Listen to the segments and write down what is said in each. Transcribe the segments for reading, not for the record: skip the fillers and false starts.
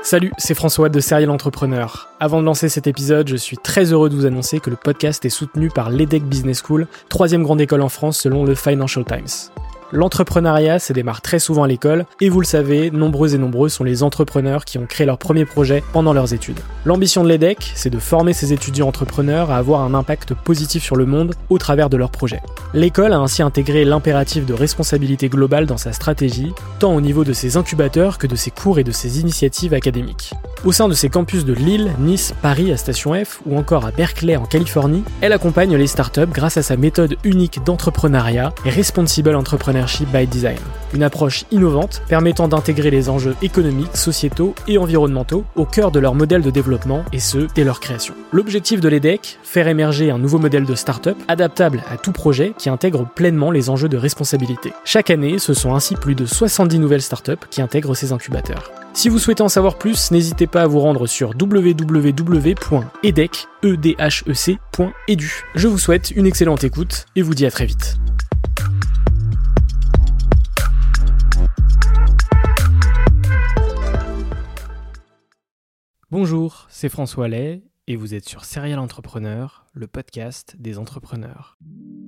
Salut, c'est François de Serial Entrepreneur. Avant de lancer cet épisode, je suis très heureux de vous annoncer que le podcast est soutenu par l'EDEC Business School, 3e grande école en France selon le Financial Times. L'entrepreneuriat, ça démarre très souvent à l'école, et vous le savez, nombreux et nombreux sont les entrepreneurs qui ont créé leur premier projet pendant leurs études. L'ambition de l'EDEC, c'est de former ces étudiants entrepreneurs à avoir un impact positif sur le monde au travers de leurs projets. L'école a ainsi intégré l'impératif de responsabilité globale dans sa stratégie, tant au niveau de ses incubateurs que de ses cours et de ses initiatives académiques. Au sein de ses campus de Lille, Nice, Paris à Station F ou encore à Berkeley en Californie, elle accompagne les startups grâce à sa méthode unique d'entrepreneuriat et Responsible Entrepreneurship by Design. Une approche innovante permettant d'intégrer les enjeux économiques, sociétaux et environnementaux au cœur de leur modèle de développement et ce, dès leur création. L'objectif de l'EDEC, faire émerger un nouveau modèle de start-up adaptable à tout projet qui intègre pleinement les enjeux de responsabilité. Chaque année, ce sont ainsi plus de 70 nouvelles start-up qui intègrent ces incubateurs. Si vous souhaitez en savoir plus, n'hésitez pas à vous rendre sur www.edec.edu. Je vous souhaite une excellente écoute et vous dis à très vite. Bonjour, c'est François Lay et vous êtes sur Serial Entrepreneur, le podcast des entrepreneurs.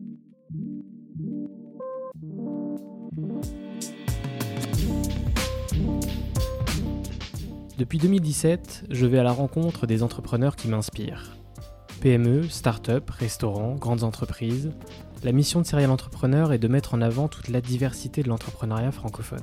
Depuis 2017, je vais à la rencontre des entrepreneurs qui m'inspirent. PME, start-up, restaurants, grandes entreprises. La mission de Serial Entrepreneur est de mettre en avant toute la diversité de l'entrepreneuriat francophone.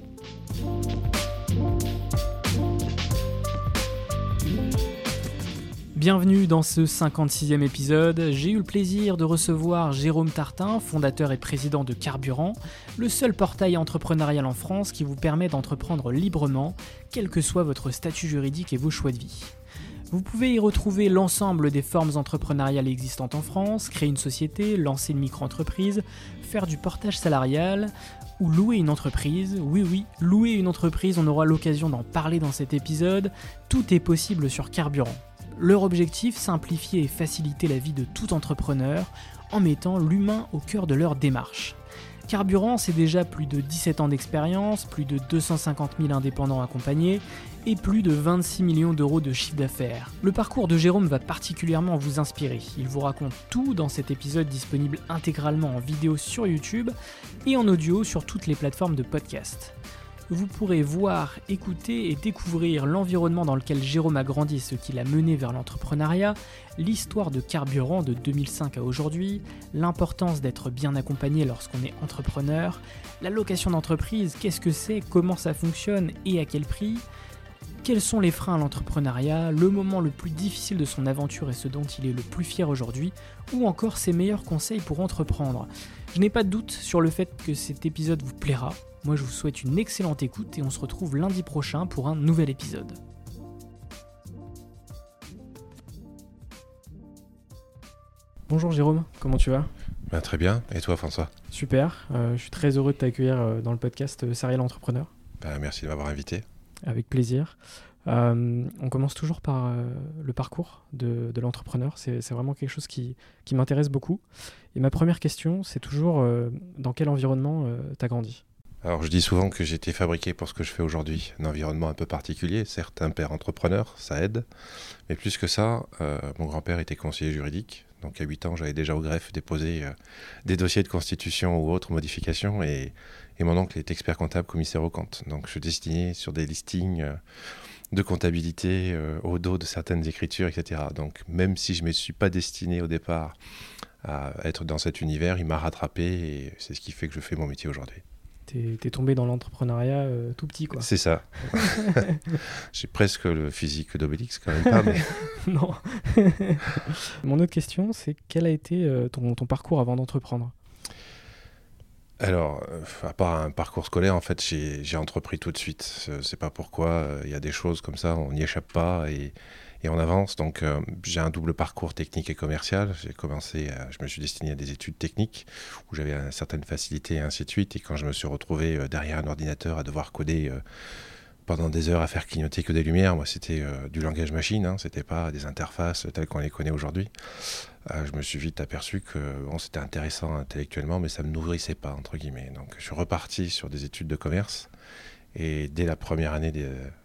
Bienvenue dans ce 56e épisode. J'ai eu le plaisir de recevoir Jérôme Tartin, fondateur et président de Carburant, le seul portail entrepreneurial en France qui vous permet d'entreprendre librement, quel que soit votre statut juridique et vos choix de vie. Vous pouvez y retrouver l'ensemble des formes entrepreneuriales existantes en France, créer une société, lancer une micro-entreprise, faire du portage salarial ou louer une entreprise. Oui, louer une entreprise, on aura l'occasion d'en parler dans cet épisode. Tout est possible sur Carburant. Leur objectif, simplifier et faciliter la vie de tout entrepreneur en mettant l'humain au cœur de leur démarche. Carburant, c'est déjà plus de 17 ans d'expérience, plus de 250 000 indépendants accompagnés et plus de 26 millions d'euros de chiffre d'affaires. Le parcours de Jérôme va particulièrement vous inspirer. Il vous raconte tout dans cet épisode disponible intégralement en vidéo sur YouTube et en audio sur toutes les plateformes de podcast. Vous pourrez voir, écouter et découvrir l'environnement dans lequel Jérôme a grandi et ce qui l'a mené vers l'entrepreneuriat, l'histoire de Carburant de 2005 à aujourd'hui, l'importance d'être bien accompagné lorsqu'on est entrepreneur, la location d'entreprise, qu'est-ce que c'est, comment ça fonctionne et à quel prix, quels sont les freins à l'entrepreneuriat, le moment le plus difficile de son aventure et ce dont il est le plus fier aujourd'hui, ou encore ses meilleurs conseils pour entreprendre. Je n'ai pas de doute sur le fait que cet épisode vous plaira. Moi, je vous souhaite une excellente écoute et on se retrouve lundi prochain pour un nouvel épisode. Bonjour Jérôme, comment tu vas ? Très bien, et toi François ? Super, je suis très heureux de t'accueillir dans le podcast Serial Entrepreneur. Merci de m'avoir invité. Avec plaisir. On commence toujours par le parcours de l'entrepreneur. C'est vraiment quelque chose qui m'intéresse beaucoup. Et ma première question, c'est toujours dans quel environnement tu as grandi ? Alors je dis souvent que j'ai été fabriqué pour ce que je fais aujourd'hui, un environnement un peu particulier, certes un père entrepreneur, ça aide, mais plus que ça, mon grand-père était conseiller juridique, donc à 8 ans j'avais déjà au greffe déposé des dossiers de constitution ou autres modifications, et mon oncle est expert comptable commissaire aux comptes, donc je destinais sur des listings de comptabilité au dos de certaines écritures, etc. Donc même si je ne me suis pas destiné au départ à être dans cet univers, il m'a rattrapé et c'est ce qui fait que je fais mon métier aujourd'hui. T'es tombé dans l'entrepreneuriat tout petit, quoi. C'est ça. J'ai presque le physique d'Obélix, quand même pas, mais... Non. Mon autre question, c'est quel a été ton parcours avant d'entreprendre ? Alors, à part un parcours scolaire, en fait, j'ai entrepris tout de suite. Je ne sais pas pourquoi, il y a des choses comme ça, on n'y échappe pas et on avance. Donc, j'ai un double parcours technique et commercial. Je me suis destiné à des études techniques où j'avais une certaine facilité et ainsi de suite. Et quand je me suis retrouvé derrière un ordinateur à devoir coder pendant des heures à faire clignoter que des lumières, moi, c'était du langage machine, hein, c'était pas des interfaces telles qu'on les connaît aujourd'hui. Je me suis vite aperçu que c'était intéressant intellectuellement, mais ça ne me nourrissait pas, entre guillemets. Donc, je suis reparti sur des études de commerce. Et dès la première année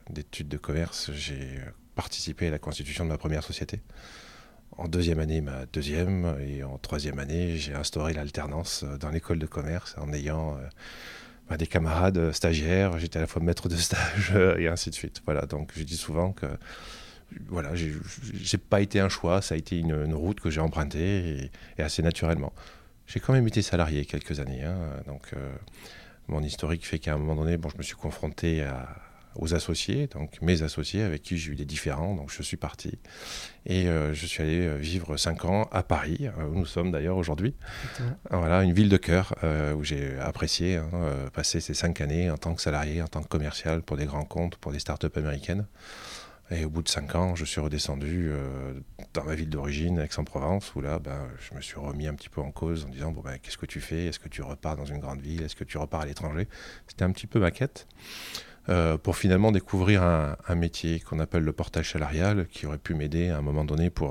d'études de commerce, j'ai participé à la constitution de ma première société. En deuxième année, ma deuxième, et en troisième année, j'ai instauré l'alternance dans l'école de commerce en ayant des camarades stagiaires. J'étais à la fois maître de stage et ainsi de suite. Voilà, donc je dis souvent que voilà, j'ai pas été un choix, ça a été une route que j'ai empruntée et assez naturellement. J'ai quand même été salarié quelques années, hein, donc mon historique fait qu'à un moment donné, je me suis confronté aux associés, donc mes associés avec qui j'ai eu des différends, donc je suis parti et je suis allé vivre 5 ans à Paris, où nous sommes d'ailleurs aujourd'hui. Voilà, une ville de cœur où j'ai apprécié passer ces 5 années en tant que salarié, en tant que commercial pour des grands comptes, pour des startups américaines. Et au bout de 5 ans, je suis redescendu dans ma ville d'origine, Aix-en-Provence, où là, je me suis remis un petit peu en cause en disant qu'est-ce que tu fais ? Est-ce que tu repars dans une grande ville ? Est-ce que tu repars à l'étranger ? C'était un petit peu ma quête pour finalement découvrir un métier qu'on appelle le portage salarial, qui aurait pu m'aider à un moment donné pour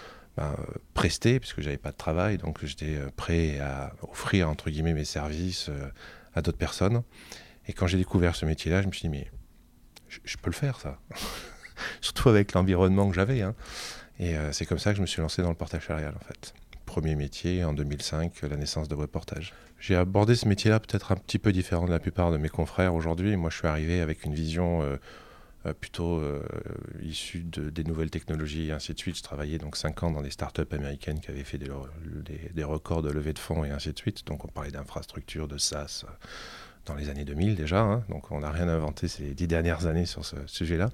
prester, puisque je n'avais pas de travail, donc j'étais prêt à offrir entre guillemets mes services à d'autres personnes. Et quand j'ai découvert ce métier-là, je me suis dit, mais je peux le faire, ça. Surtout avec l'environnement que j'avais. Hein. Et c'est comme ça que je me suis lancé dans le portage salarial, en fait. Premier métier, en 2005, la naissance de Webportage. J'ai abordé ce métier-là peut-être un petit peu différent de la plupart de mes confrères aujourd'hui. Moi, je suis arrivé avec une vision plutôt issue des nouvelles technologies et ainsi de suite. Je travaillais donc 5 ans dans des startups américaines qui avaient fait des records de levée de fonds et ainsi de suite. Donc, on parlait d'infrastructures, de SaaS dans les années 2000 déjà. Hein. Donc, on n'a rien inventé ces 10 dernières années sur ce sujet-là.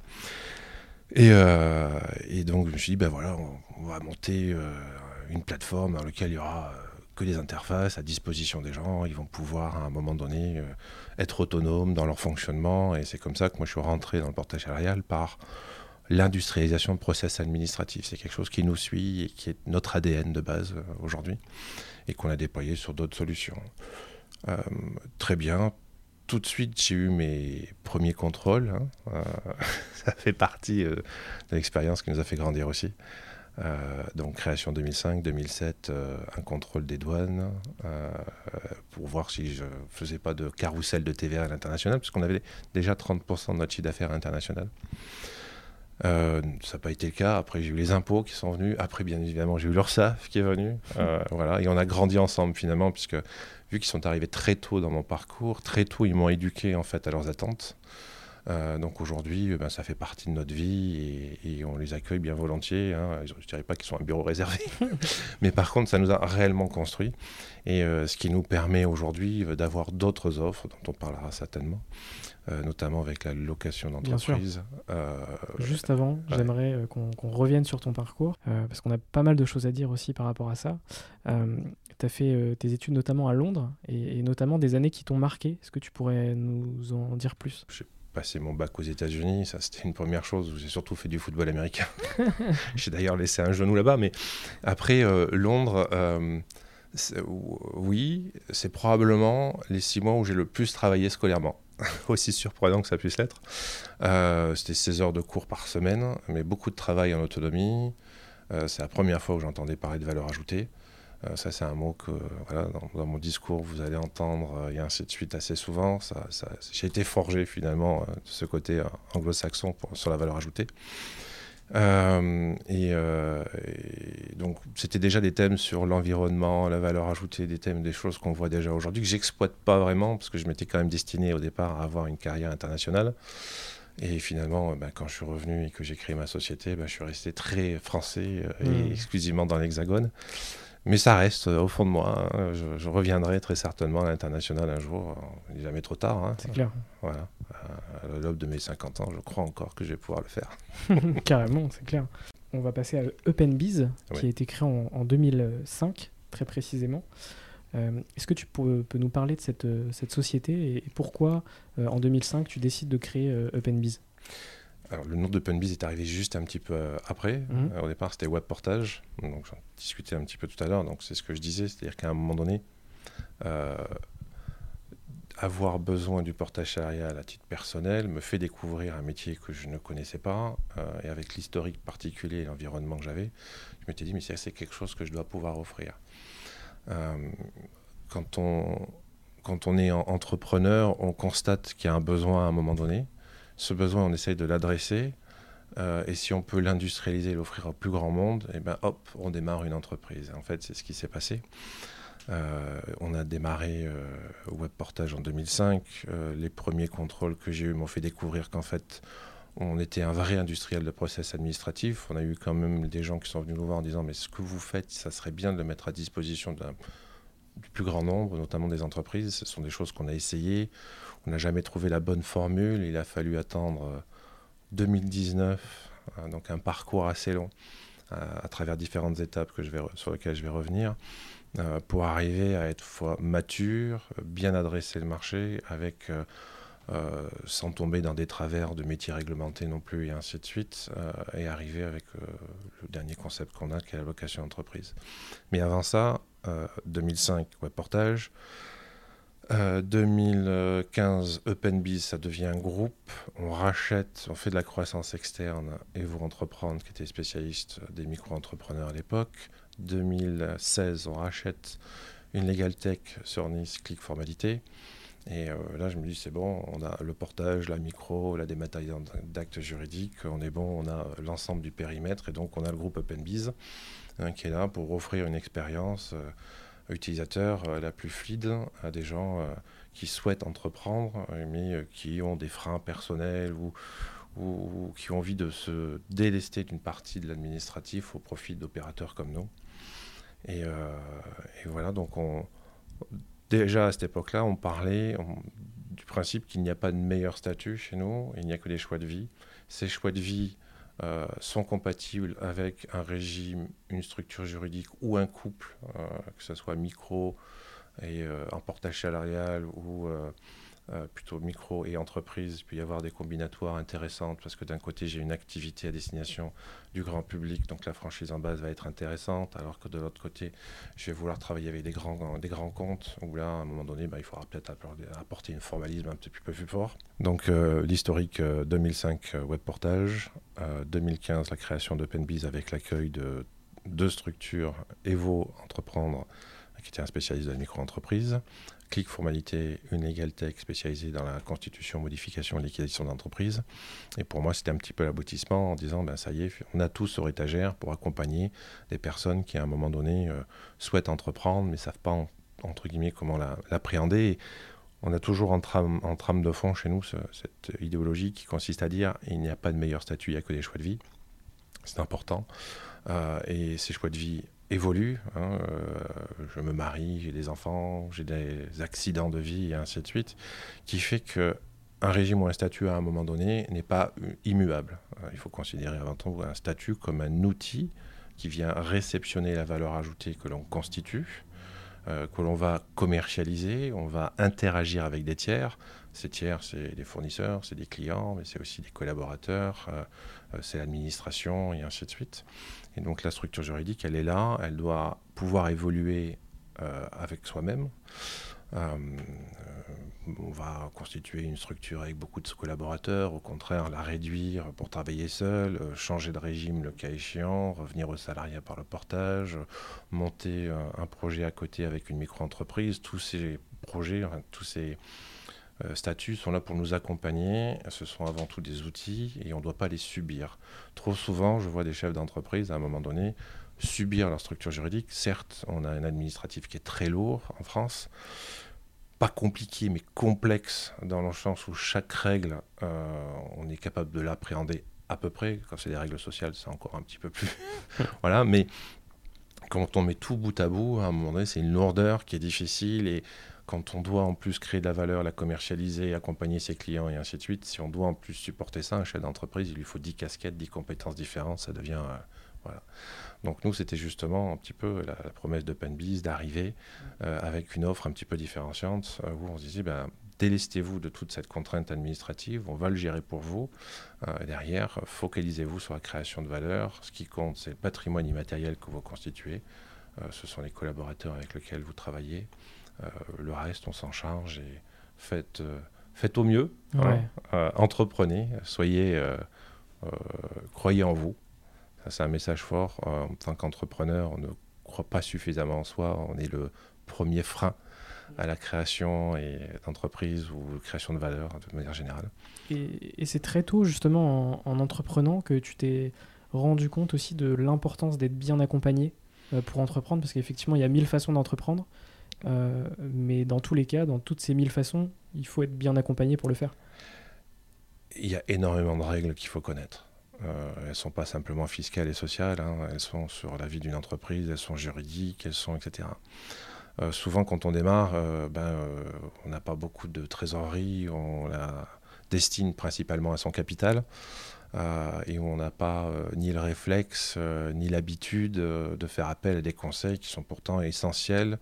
Et donc je me suis dit, on va monter une plateforme dans laquelle il y aura que des interfaces à disposition des gens. Ils vont pouvoir à un moment donné être autonomes dans leur fonctionnement. Et c'est comme ça que moi je suis rentré dans le portage salarial par l'industrialisation de process administratifs. C'est quelque chose qui nous suit et qui est notre ADN de base aujourd'hui et qu'on a déployé sur d'autres solutions. Très bien. Tout de suite, j'ai eu mes premiers contrôles. Hein. Ça fait partie de l'expérience qui nous a fait grandir aussi. Donc, création 2005, 2007, un contrôle des douanes pour voir si je ne faisais pas de carrousel de TVA à l'international, puisqu'on avait déjà 30% de notre chiffre d'affaires international. Ça n'a pas été le cas. Après, j'ai eu les impôts qui sont venus. Après, bien évidemment, j'ai eu l'URSSAF qui est venu. Voilà. Et on a grandi ensemble, finalement, puisque vu qu'ils sont arrivés très tôt dans mon parcours, très tôt, ils m'ont éduqué en fait à leurs attentes. Donc aujourd'hui, ça fait partie de notre vie et on les accueille bien volontiers. Hein. Je ne dirais pas qu'ils sont un bureau réservé, mais par contre, ça nous a réellement construit. Et ce qui nous permet aujourd'hui d'avoir d'autres offres, dont on parlera certainement, notamment avec la location d'entreprise. Juste avant, j'aimerais qu'on revienne sur ton parcours, parce qu'on a pas mal de choses à dire aussi par rapport à ça. Tu as fait tes études notamment à Londres, et notamment des années qui t'ont marqué. Est-ce que tu pourrais nous en dire plus ? J'ai passé mon bac aux États-Unis, ça c'était une première chose où j'ai surtout fait du football américain. J'ai d'ailleurs laissé un genou là-bas, mais après Londres, oui, c'est probablement les 6 mois où j'ai le plus travaillé scolairement. Aussi surprenant que ça puisse l'être. C'était 16 heures de cours par semaine, mais beaucoup de travail en autonomie. C'est la première fois où j'entendais parler de valeur ajoutée. Ça, c'est un mot que dans mon discours, vous allez entendre et ainsi de suite assez souvent. J'ai été forgé finalement de ce côté anglo-saxon sur la valeur ajoutée. Et donc, c'était déjà des thèmes sur l'environnement, la valeur ajoutée, des choses qu'on voit déjà aujourd'hui, que j'exploite pas vraiment, parce que je m'étais quand même destiné au départ à avoir une carrière internationale. Et finalement, quand je suis revenu et que j'ai créé ma société, je suis resté très français et exclusivement dans l'Hexagone. Mais ça reste au fond de moi. Hein. Je reviendrai très certainement à l'international un jour. Il n'est jamais trop tard. Hein. C'est clair. Voilà. À l'aube de mes 50 ans, je crois encore que je vais pouvoir le faire. Carrément, c'est clair. On va passer à Openbiz, qui a été créé en 2005, très précisément. Est-ce que tu peux nous parler de cette société et pourquoi, en 2005, tu décides de créer Openbiz ? Alors, le nom d'Openbiz est arrivé juste un petit peu après. Au départ, c'était Webportage. Donc, j'en discutais un petit peu tout à l'heure. Donc, c'est ce que je disais. C'est-à-dire qu'à un moment donné, avoir besoin du portage salarial à titre personnel me fait découvrir un métier que je ne connaissais pas. Et avec l'historique particulier et l'environnement que j'avais, je m'étais dit, mais c'est quelque chose que je dois pouvoir offrir. Quand on est entrepreneur, on constate qu'il y a un besoin à un moment donné. Ce besoin, on essaye de l'adresser. Et si on peut l'industrialiser et l'offrir au plus grand monde, et ben hop, on démarre une entreprise. En fait, c'est ce qui s'est passé. On a démarré Web Portage en 2005. Les premiers contrôles que j'ai eus m'ont fait découvrir qu'en fait, on était un vrai industriel de process administratif. On a eu quand même des gens qui sont venus nous voir en disant « mais ce que vous faites, ça serait bien de le mettre à disposition du plus grand nombre, notamment des entreprises. Ce sont des choses qu'on a essayées. On n'a jamais trouvé la bonne formule. Il a fallu attendre 2019, donc un parcours assez long à travers différentes étapes sur lesquelles je vais revenir, pour arriver à être mature, bien adresser le marché, sans tomber dans des travers de métiers réglementés non plus, et ainsi de suite, et arriver avec le dernier concept qu'on a, qui est la location d'entreprise. Mais avant ça, 2005, Web Portage. 2015, OpenBiz, ça devient un groupe. On rachète, on fait de la croissance externe, Evo Entreprendre, qui était spécialiste des micro-entrepreneurs à l'époque. 2016, on rachète une Legal Tech sur Nice, Click Formalité. Et là, je me dis, c'est bon, on a le portage, la micro, la dématérialisation d'actes juridiques, on est bon, on a l'ensemble du périmètre, et donc on a le groupe OpenBiz qui est là pour offrir une expérience utilisateur la plus fluide à des gens qui souhaitent entreprendre, mais qui ont des freins personnels ou qui ont envie de se délester d'une partie de l'administratif au profit d'opérateurs comme nous. Et voilà, donc déjà à cette époque-là, on parlait du principe qu'il n'y a pas de meilleur statut chez nous, il n'y a que des choix de vie. Ces choix de vie sont compatibles avec un régime, une structure juridique ou un couple, que ce soit micro et en portage salarial ou plutôt micro et entreprise. Il peut y avoir des combinatoires intéressantes parce que d'un côté, j'ai une activité à destination du grand public, donc la franchise en base va être intéressante, alors que de l'autre côté, je vais vouloir travailler avec des grands comptes où là, à un moment donné, il faudra peut-être apporter un formalisme un petit peu plus fort. Donc l'historique 2005 Web Portage, 2015 la création d'OpenBiz avec l'accueil de deux structures, Evo Entreprendre, qui était un spécialiste de la micro-entreprise, Click Formalité, une Legal Tech spécialisée dans la constitution, modification et liquidation d'entreprise. Et pour moi, c'était un petit peu l'aboutissement en disant, ça y est, on a tout sur étagère pour accompagner des personnes qui, à un moment donné, souhaitent entreprendre, mais ne savent pas, entre guillemets, comment l'appréhender. Et on a toujours en trame de fond chez nous cette idéologie qui consiste à dire, il n'y a pas de meilleur statut, il n'y a que des choix de vie. C'est important. Et ces choix de vie évolue, je me marie, j'ai des enfants, j'ai des accidents de vie et ainsi de suite, qui fait qu'un régime ou un statut à un moment donné n'est pas immuable. Il faut considérer avant tout un statut comme un outil qui vient réceptionner la valeur ajoutée que l'on constitue, que l'on va commercialiser, on va interagir avec des tiers. Ces tiers, c'est des fournisseurs, c'est des clients, mais c'est aussi des collaborateurs, c'est l'administration et ainsi de suite. Et donc la structure juridique, elle est là, elle doit pouvoir évoluer avec soi-même. On va constituer une structure avec beaucoup de collaborateurs, au contraire la réduire pour travailler seul, changer de régime le cas échéant, revenir au salariat par le portage, monter un projet à côté avec une micro-entreprise. Tous ces projets, tous ces statuts sont là pour nous accompagner. Ce sont avant tout des outils et on ne doit pas les subir. Trop souvent, je vois des chefs d'entreprise à un moment donné subir leur structure juridique. Certes, on a un administratif qui est très lourd en France, pas compliqué mais complexe dans le sens où chaque règle, on est capable de l'appréhender à peu près. Quand c'est des règles sociales, c'est encore un petit peu plus... voilà, mais quand on met tout bout à bout, à un moment donné, c'est une lourdeur qui est difficile et quand on doit en plus créer de la valeur, la commercialiser, accompagner ses clients et ainsi de suite, si on doit en plus supporter ça, un chef d'entreprise, il lui faut 10 casquettes, 10 compétences différentes, ça devient... voilà. Donc nous, c'était justement un petit peu la promesse d'OpenBiz d'arriver avec une offre un petit peu différenciante où on se disait, délestez-vous de toute cette contrainte administrative, on va le gérer pour vous. Derrière, focalisez-vous sur la création de valeur. Ce qui compte, c'est le patrimoine immatériel que vous constituez. Ce sont les collaborateurs avec lesquels vous travaillez. Le reste, on s'en charge et faites au mieux. Ouais. Entreprenez, croyez en vous. Ça, c'est un message fort. En tant qu'entrepreneur, on ne croit pas suffisamment en soi. On est le premier frein à la création d'entreprises ou création de valeur de manière générale. Et c'est très tôt, justement, en entreprenant, que tu t'es rendu compte aussi de l'importance d'être bien accompagné pour entreprendre, parce qu'effectivement, il y a 1000 façons d'entreprendre, mais dans tous les cas, dans toutes ces 1000 façons, il faut être bien accompagné pour le faire. Il y a énormément de règles qu'il faut connaître. Elles ne sont pas simplement fiscales et sociales, hein, elles sont sur la vie d'une entreprise, elles sont juridiques, elles sont etc. Souvent, quand on démarre, on n'a pas beaucoup de trésorerie, on la destine principalement à son capital et on n'a pas ni le réflexe ni l'habitude de faire appel à des conseils qui sont pourtant essentiels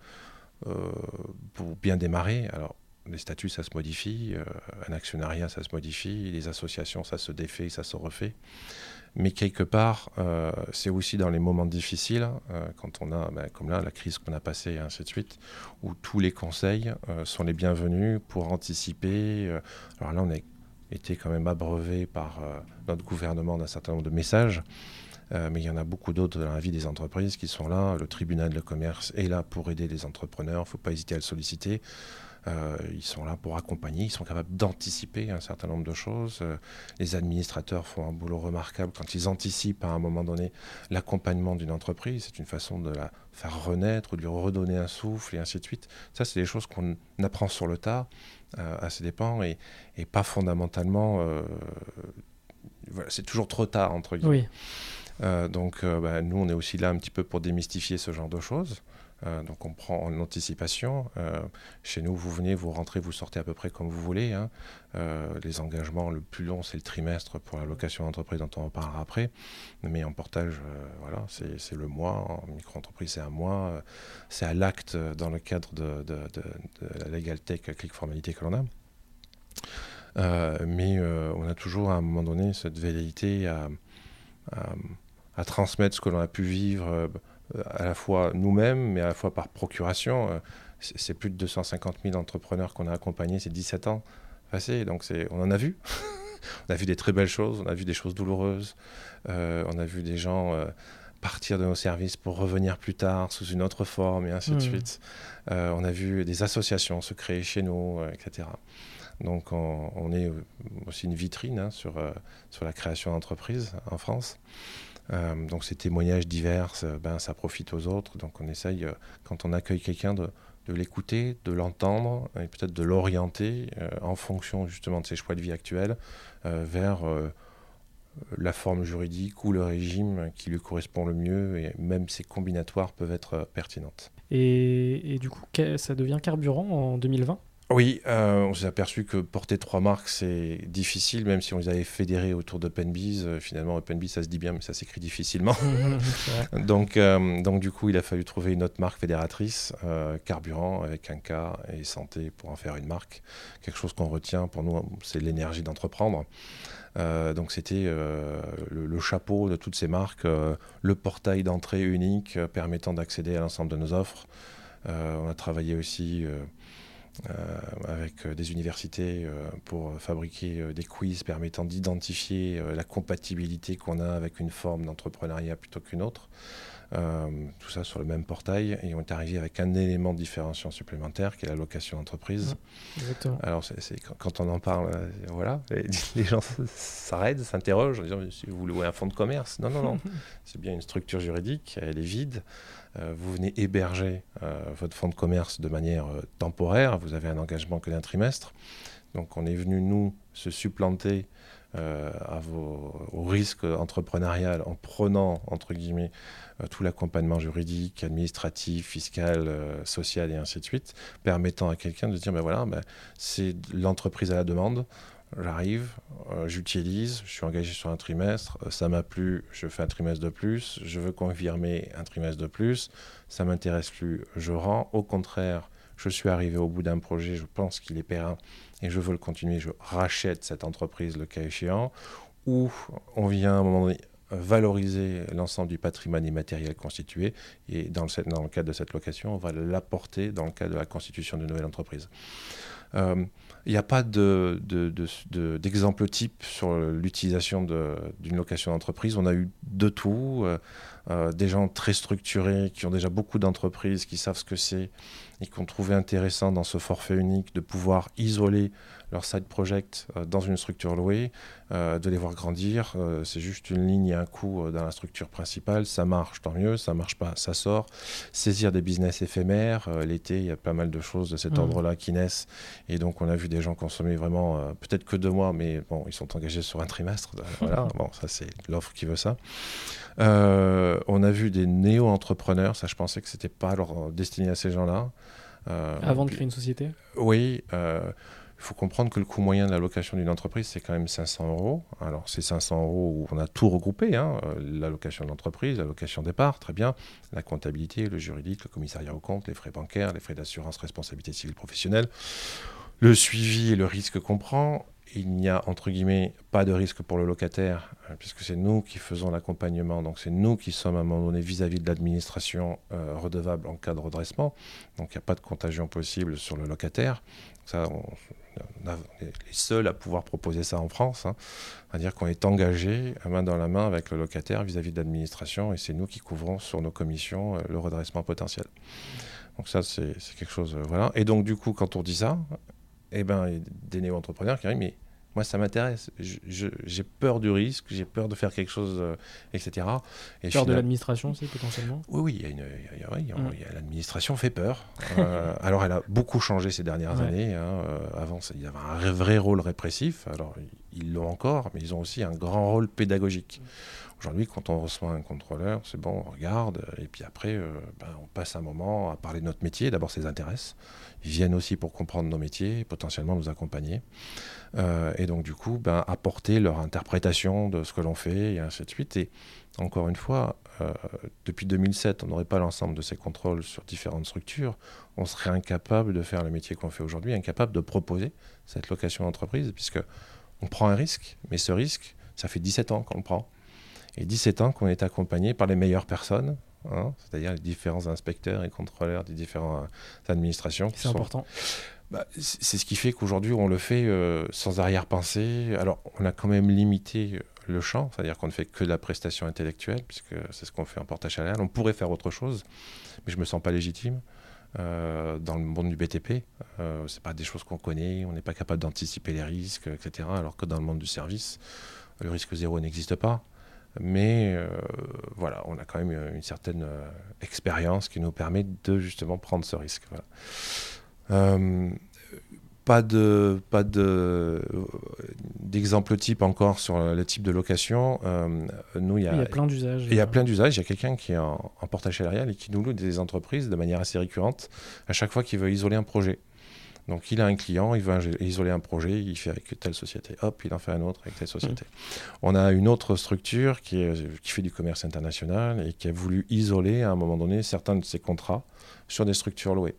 pour bien démarrer. Alors, les statuts, ça se modifie, un actionnariat, ça se modifie, les associations, ça se défait, ça se refait. Mais quelque part, c'est aussi dans les moments difficiles, quand on a, comme là, la crise qu'on a passée et ainsi de suite, où tous les conseils sont les bienvenus pour anticiper. Alors là, on a été quand même abreuvé par notre gouvernement d'un certain nombre de messages, mais il y en a beaucoup d'autres dans la vie des entreprises qui sont là. Le tribunal de commerce est là pour aider les entrepreneurs, il ne faut pas hésiter à le solliciter. Ils sont là pour accompagner, ils sont capables d'anticiper un certain nombre de choses. Les administrateurs font un boulot remarquable quand ils anticipent à un moment donné l'accompagnement d'une entreprise. C'est une façon de la faire renaître ou de lui redonner un souffle et ainsi de suite. Ça, c'est des choses qu'on apprend sur le tas à ses dépens et pas fondamentalement... voilà, c'est toujours trop tard, entre guillemets. Oui. Donc, nous, on est aussi là un petit peu pour démystifier ce genre de choses. Donc on prend en anticipation. Chez nous, vous venez, vous rentrez, vous sortez à peu près comme vous voulez. Hein. Les engagements, le plus long, c'est le trimestre pour la location d'entreprise dont on en parlera après. Mais en portage, voilà, c'est le mois. En micro-entreprise, c'est un mois. C'est à l'acte dans le cadre de la Legal Tech Click Formalité que l'on a. Mais on a toujours à un moment donné cette velléité à transmettre ce que l'on a pu vivre à la fois nous-mêmes, mais à la fois par procuration. C'est plus de 250 000 entrepreneurs qu'on a accompagnés ces 17 ans passés, donc on en a vu. On a vu des très belles choses, on a vu des choses douloureuses, on a vu des gens partir de nos services pour revenir plus tard sous une autre forme, et ainsi de suite. On a vu des associations se créer chez nous, etc. Donc on est aussi une vitrine hein, sur la création d'entreprises en France. Donc ces témoignages divers, ça profite aux autres. Donc on essaye, quand on accueille quelqu'un, de l'écouter, de l'entendre et peut-être de l'orienter en fonction justement de ses choix de vie actuels vers la forme juridique ou le régime qui lui correspond le mieux. Et même ces combinatoires peuvent être pertinentes. Et du coup, ça devient carburant en 2020 ? Oui, on s'est aperçu que porter 3 marques, c'est difficile, même si on les avait fédérées autour d'OpenBiz. Finalement, OpenBiz, ça se dit bien, mais ça s'écrit difficilement. Donc, du coup, il a fallu trouver une autre marque fédératrice, carburant, avec un K, et santé pour en faire une marque. Quelque chose qu'on retient, pour nous, c'est l'énergie d'entreprendre. Donc, c'était le chapeau de toutes ces marques, le portail d'entrée unique permettant d'accéder à l'ensemble de nos offres. On a travaillé aussi... avec des universités pour fabriquer des quiz permettant d'identifier la compatibilité qu'on a avec une forme d'entrepreneuriat plutôt qu'une autre. Tout ça sur le même portail, et on est arrivé avec un élément de différenciation supplémentaire qui est la location d'entreprise. Exactement. Alors quand on en parle, voilà, les gens s'arrêtent, s'interrogent en disant si vous louez un fonds de commerce. Non, c'est bien une structure juridique, elle est vide. Vous venez héberger votre fonds de commerce de manière temporaire, vous avez un engagement que d'un trimestre. Donc on est venu, nous, se supplanter au risque entrepreneurial en prenant, entre guillemets, tout l'accompagnement juridique, administratif, fiscal, social et ainsi de suite, permettant à quelqu'un de se dire, c'est l'entreprise à la demande. J'arrive, j'utilise, je suis engagé sur un trimestre, ça m'a plu, je fais un trimestre de plus, je veux confirmer un trimestre de plus, ça ne m'intéresse plus, je rends. Au contraire, je suis arrivé au bout d'un projet, je pense qu'il est périn et je veux le continuer, je rachète cette entreprise le cas échéant, ou on vient à un moment donné valoriser l'ensemble du patrimoine immatériel constitué, et dans le cadre de cette location, on va l'apporter dans le cadre de la constitution d'une nouvelle entreprise. Il n'y a pas d'exemple type sur l'utilisation d'une location d'entreprise. On a eu de tout. des gens très structurés, qui ont déjà beaucoup d'entreprises, qui savent ce que c'est et qui ont trouvé intéressant dans ce forfait unique de pouvoir isoler leur side project dans une structure louée, de les voir grandir. C'est juste une ligne et un coût dans la structure principale. Ça marche, tant mieux. Ça marche pas, ça sort. Saisir des business éphémères. L'été, il y a pas mal de choses de cet ordre-là qui naissent. Et donc, on a vu des gens consommer vraiment, peut-être que 2 mois, mais bon, ils sont engagés sur un trimestre. Voilà, bon, ça, c'est l'offre qui veut ça. On a vu des néo-entrepreneurs. Ça, je pensais que c'était pas leur destiné à ces gens-là. Avant de créer une société ? Oui. Il faut comprendre que le coût moyen de la location d'une entreprise, c'est quand même 500 €. Alors, c'est 500 € où on a tout regroupé, hein, la location de l'entreprise, la location départ, très bien, la comptabilité, le juridique, le commissariat aux comptes, les frais bancaires, les frais d'assurance, responsabilité civile professionnelle, le suivi et le risque qu'on prend. Il n'y a, entre guillemets, pas de risque pour le locataire, puisque c'est nous qui faisons l'accompagnement. Donc, c'est nous qui sommes, à un moment donné, vis-à-vis de l'administration redevable en cas de redressement. Donc, il n'y a pas de contagion possible sur le locataire. Ça, on est les seuls à pouvoir proposer ça en France. Hein. C'est-à-dire qu'on est engagé main dans la main avec le locataire vis-à-vis de l'administration et c'est nous qui couvrons sur nos commissions le redressement potentiel. Donc ça, c'est quelque chose... voilà. Et donc, du coup, quand on dit ça, il y a des néo-entrepreneurs qui arrivent, mais moi, ça m'intéresse. J'ai peur du risque, j'ai peur de faire quelque chose, etc. Et peur de l'administration aussi, potentiellement ? Oui, l'administration fait peur. Alors, elle a beaucoup changé ces dernières années. Hein. Avant, il y avait un vrai rôle répressif. Alors, ils l'ont encore, mais ils ont aussi un grand rôle pédagogique. Aujourd'hui, quand on reçoit un contrôleur, c'est bon, on regarde, et puis après, on passe un moment à parler de notre métier. D'abord, ça les intéresse. Ils viennent aussi pour comprendre nos métiers, potentiellement nous accompagner. Et donc, du coup, apporter leur interprétation de ce que l'on fait, et ainsi de suite. Et encore une fois, depuis 2007, on n'aurait pas l'ensemble de ces contrôles sur différentes structures. On serait incapable de faire le métier qu'on fait aujourd'hui, incapable de proposer cette location d'entreprise, puisqu'on prend un risque, mais ce risque, ça fait 17 ans qu'on le prend. Et 17 ans qu'on est accompagné par les meilleures personnes, hein, c'est-à-dire les différents inspecteurs et contrôleurs des différentes administrations. C'est important. C'est ce qui fait qu'aujourd'hui, on le fait sans arrière-pensée. Alors, on a quand même limité le champ, c'est-à-dire qu'on ne fait que de la prestation intellectuelle, puisque c'est ce qu'on fait en portage salarial. On pourrait faire autre chose, mais je ne me sens pas légitime. Dans le monde du BTP, ce n'est pas des choses qu'on connaît, on n'est pas capable d'anticiper les risques, etc. Alors que dans le monde du service, le risque zéro n'existe pas. Mais voilà, on a quand même une certaine expérience qui nous permet de justement prendre ce risque. Voilà. Pas d'exemple type encore sur le type de location. Nous, il y a plein d'usages. Il y a plein d'usages. Il y a quelqu'un qui est en portage salarial et qui nous loue des entreprises de manière assez récurrente à chaque fois qu'il veut isoler un projet. Donc, il a un client, il veut isoler un projet, il fait avec telle société. Hop, il en fait un autre avec telle société. On a une autre structure qui fait du commerce international et qui a voulu isoler à un moment donné certains de ses contrats sur des structures louées.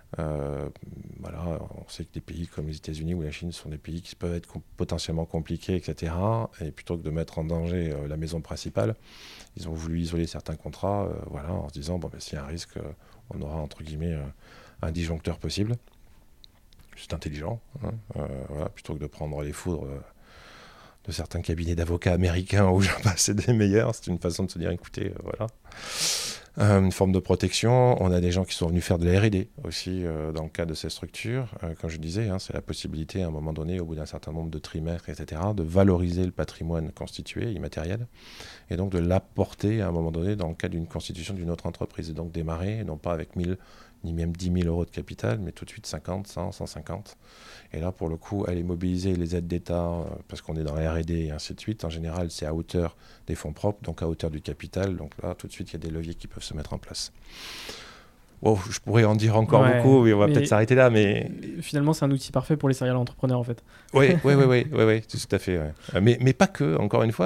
Voilà, on sait que des pays comme les États-Unis ou la Chine sont des pays qui peuvent être potentiellement compliqués, etc. Et plutôt que de mettre en danger la maison principale, ils ont voulu isoler certains contrats voilà, en se disant s'il y a un risque, on aura entre guillemets un disjoncteur possible. C'est intelligent, hein, voilà, plutôt que de prendre les foudres de certains cabinets d'avocats américains où j'en passe des meilleurs. C'est une façon de se dire, écoutez, voilà. Une forme de protection. On a des gens qui sont venus faire de la R&D aussi dans le cadre de ces structures. Comme je disais, hein, c'est la possibilité à un moment donné, au bout d'un certain nombre de trimestres, etc., de valoriser le patrimoine constitué, immatériel, et donc de l'apporter à un moment donné dans le cadre d'une constitution d'une autre entreprise. Et donc démarrer, non pas avec 1000 ni même 10 000 € de capital, mais tout de suite 50, 100, 150. Et là, pour le coup, aller mobiliser les aides d'État, parce qu'on est dans la R&D et ainsi de suite, en général, c'est à hauteur des fonds propres, donc à hauteur du capital. Donc là, tout de suite, il y a des leviers qui peuvent se mettre en place. Wow, je pourrais en dire encore beaucoup, mais on va peut-être s'arrêter là. Mais finalement, c'est un outil parfait pour les serial entrepreneurs, en fait. Oui, tout à fait. Ouais. Mais pas que, encore une fois.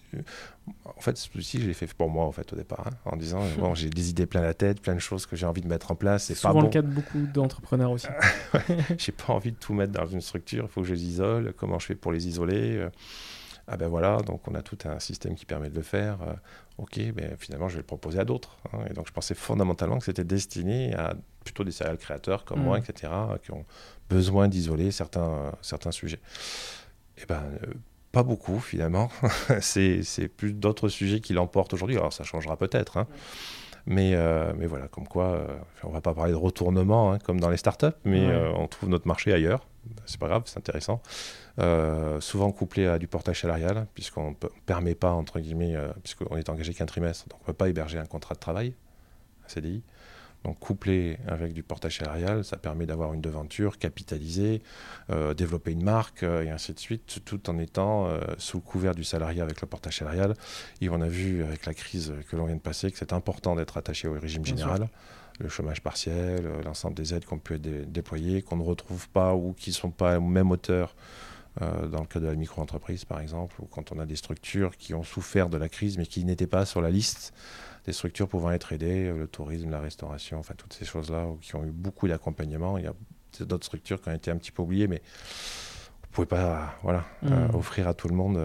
En fait, ceci, je l'ai fait pour moi, en fait, au départ, hein, en disant, j'ai des idées plein la tête, plein de choses que j'ai envie de mettre en place. C'est souvent le cas de beaucoup d'entrepreneurs aussi. J'ai pas envie de tout mettre dans une structure, il faut que je les isole. Comment je fais pour les isoler ? Voilà, donc on a tout un système qui permet de le faire. Finalement, je vais le proposer à d'autres. Hein, et donc, je pensais fondamentalement que c'était destiné à plutôt des serial créateurs comme moi, etc., qui ont besoin d'isoler certains sujets. Pas beaucoup finalement, c'est plus d'autres sujets qui l'emportent aujourd'hui, alors ça changera peut-être, hein. Mais voilà, comme quoi, on va pas parler de retournement hein, comme dans les startups, mais on trouve notre marché ailleurs, c'est pas grave, c'est intéressant. Souvent couplé à du portage salarial, puisqu'on ne permet pas, entre guillemets, puisqu'on est engagé qu'un trimestre, donc on ne peut pas héberger un contrat de travail, un CDI. Donc couplé avec du portage salarial, ça permet d'avoir une devanture, capitaliser, développer une marque et ainsi de suite, tout en étant sous le couvert du salariat avec le portage salarial. Et on a vu avec la crise que l'on vient de passer que c'est important d'être attaché au régime général. Le chômage partiel, l'ensemble des aides qui ont pu être déployées, qu'on ne retrouve pas ou qui ne sont pas au même hauteur dans le cas de la micro-entreprise par exemple, ou quand on a des structures qui ont souffert de la crise mais qui n'étaient pas sur la liste des structures pouvant être aidées, le tourisme, la restauration, enfin toutes ces choses-là qui ont eu beaucoup d'accompagnement. Il y a d'autres structures qui ont été un petit peu oubliées, mais on ne pouvait pas offrir à tout le monde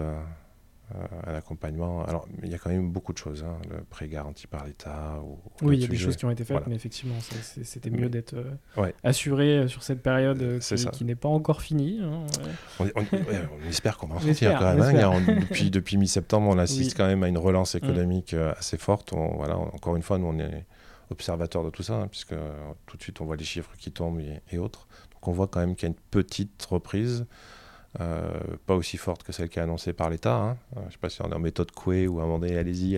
un accompagnement. Alors, il y a quand même beaucoup de choses, hein, le prêt garanti par l'État. Oui, il y a des choses qui ont été faites, mais effectivement, c'était mieux d'être assuré sur cette période qui n'est pas encore finie. Hein, on espère qu'on va en sortir quand même. Depuis mi-septembre, on assiste quand même à une relance économique assez forte. Encore une fois, nous, on est observateurs de tout ça, hein, puisque tout de suite, on voit les chiffres qui tombent et autres. Donc, on voit quand même qu'il y a une petite reprise. Pas aussi forte que celle qui est annoncée par l'État. Hein. Je ne sais pas si on est en méthode Coué ou à un moment donné, allez-y,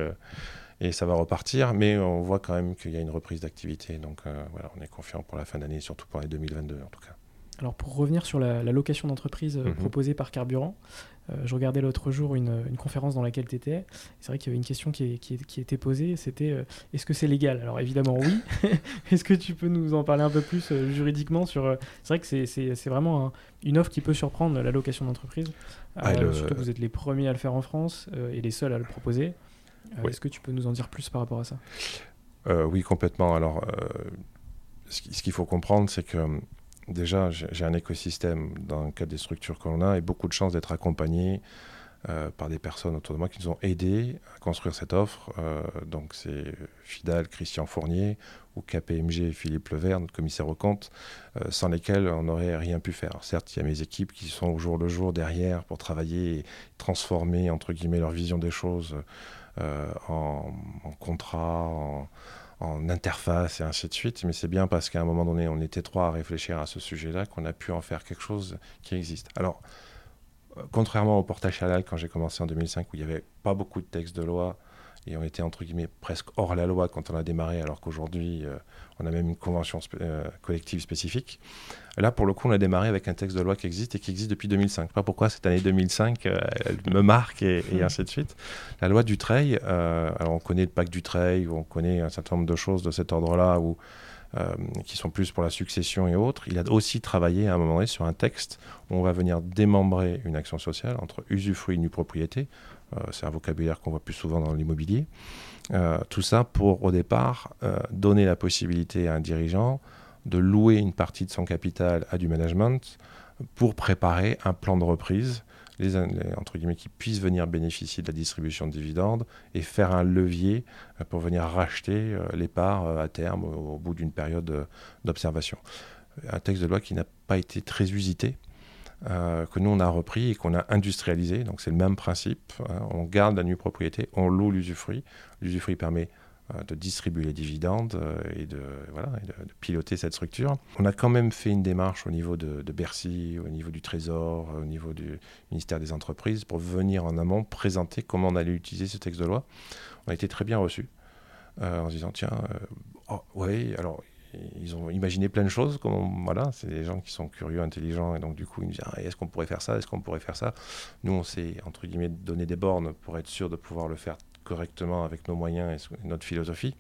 et ça va repartir. Mais on voit quand même qu'il y a une reprise d'activité. Donc on est confiant pour la fin d'année, surtout pour les 2022 en tout cas. Alors pour revenir sur la location d'entreprise proposée par Carburant, je regardais l'autre jour une conférence dans laquelle tu étais. C'est vrai qu'il y avait une question qui était posée, c'était est-ce que c'est légal? Alors évidemment oui. Est-ce que tu peux nous en parler un peu plus juridiquement sur... c'est vrai que c'est vraiment une offre qui peut surprendre la location d'entreprise. Surtout que vous êtes les premiers à le faire en France et les seuls à le proposer. Est-ce que tu peux nous en dire plus par rapport à ça? Oui, complètement. Alors ce qu'il faut comprendre, c'est que déjà, j'ai un écosystème dans le cadre des structures que l'on a et beaucoup de chance d'être accompagné par des personnes autour de moi qui nous ont aidés à construire cette offre. Donc c'est Fidal, Christian Fournier ou KPMG, Philippe Levert, notre commissaire aux comptes, sans lesquels on n'aurait rien pu faire. Alors, certes, il y a mes équipes qui sont au jour le jour derrière pour travailler et transformer, entre guillemets, leur vision des choses en contrat, en interface et ainsi de suite, mais c'est bien parce qu'à un moment donné, on était trois à réfléchir à ce sujet-là qu'on a pu en faire quelque chose qui existe. Alors, contrairement au portage salarial, quand j'ai commencé en 2005, où il n'y avait pas beaucoup de textes de loi, et on était entre guillemets presque hors la loi quand on a démarré, alors qu'aujourd'hui, on a même une convention collective spécifique. Là, pour le coup, on a démarré avec un texte de loi qui existe et qui existe depuis 2005. Pas pourquoi cette année 2005, elle me marque et ainsi de suite. La loi Dutreil, alors on connaît le pacte Dutreil, on connaît un certain nombre de choses de cet ordre-là, qui sont plus pour la succession et autres. Il a aussi travaillé à un moment donné sur un texte où on va venir démembrer une action sociale entre usufruit et nue propriété. C'est un vocabulaire qu'on voit plus souvent dans l'immobilier. Tout ça pour, au départ, donner la possibilité à un dirigeant de louer une partie de son capital à du management pour préparer un plan de reprise, entre guillemets, qui puissent venir bénéficier de la distribution de dividendes et faire un levier pour venir racheter les parts à terme au bout d'une période d'observation. Un texte de loi qui n'a pas été très usité, que nous on a repris et qu'on a industrialisé, donc c'est le même principe, hein. On garde la nue propriété, on loue l'usufruit. L'usufruit permet de distribuer les dividendes et de piloter cette structure. On a quand même fait une démarche au niveau de Bercy, au niveau du Trésor, au niveau du ministère des Entreprises pour venir en amont présenter comment on allait utiliser ce texte de loi. On a été très bien reçus en se disant tiens, alors ils ont imaginé plein de choses, c'est des gens qui sont curieux, intelligents, et donc du coup ils me disent est-ce qu'on pourrait faire ça, est-ce qu'on pourrait faire ça. Nous on s'est entre guillemets donné des bornes pour être sûr de pouvoir le faire correctement avec nos moyens et notre philosophie.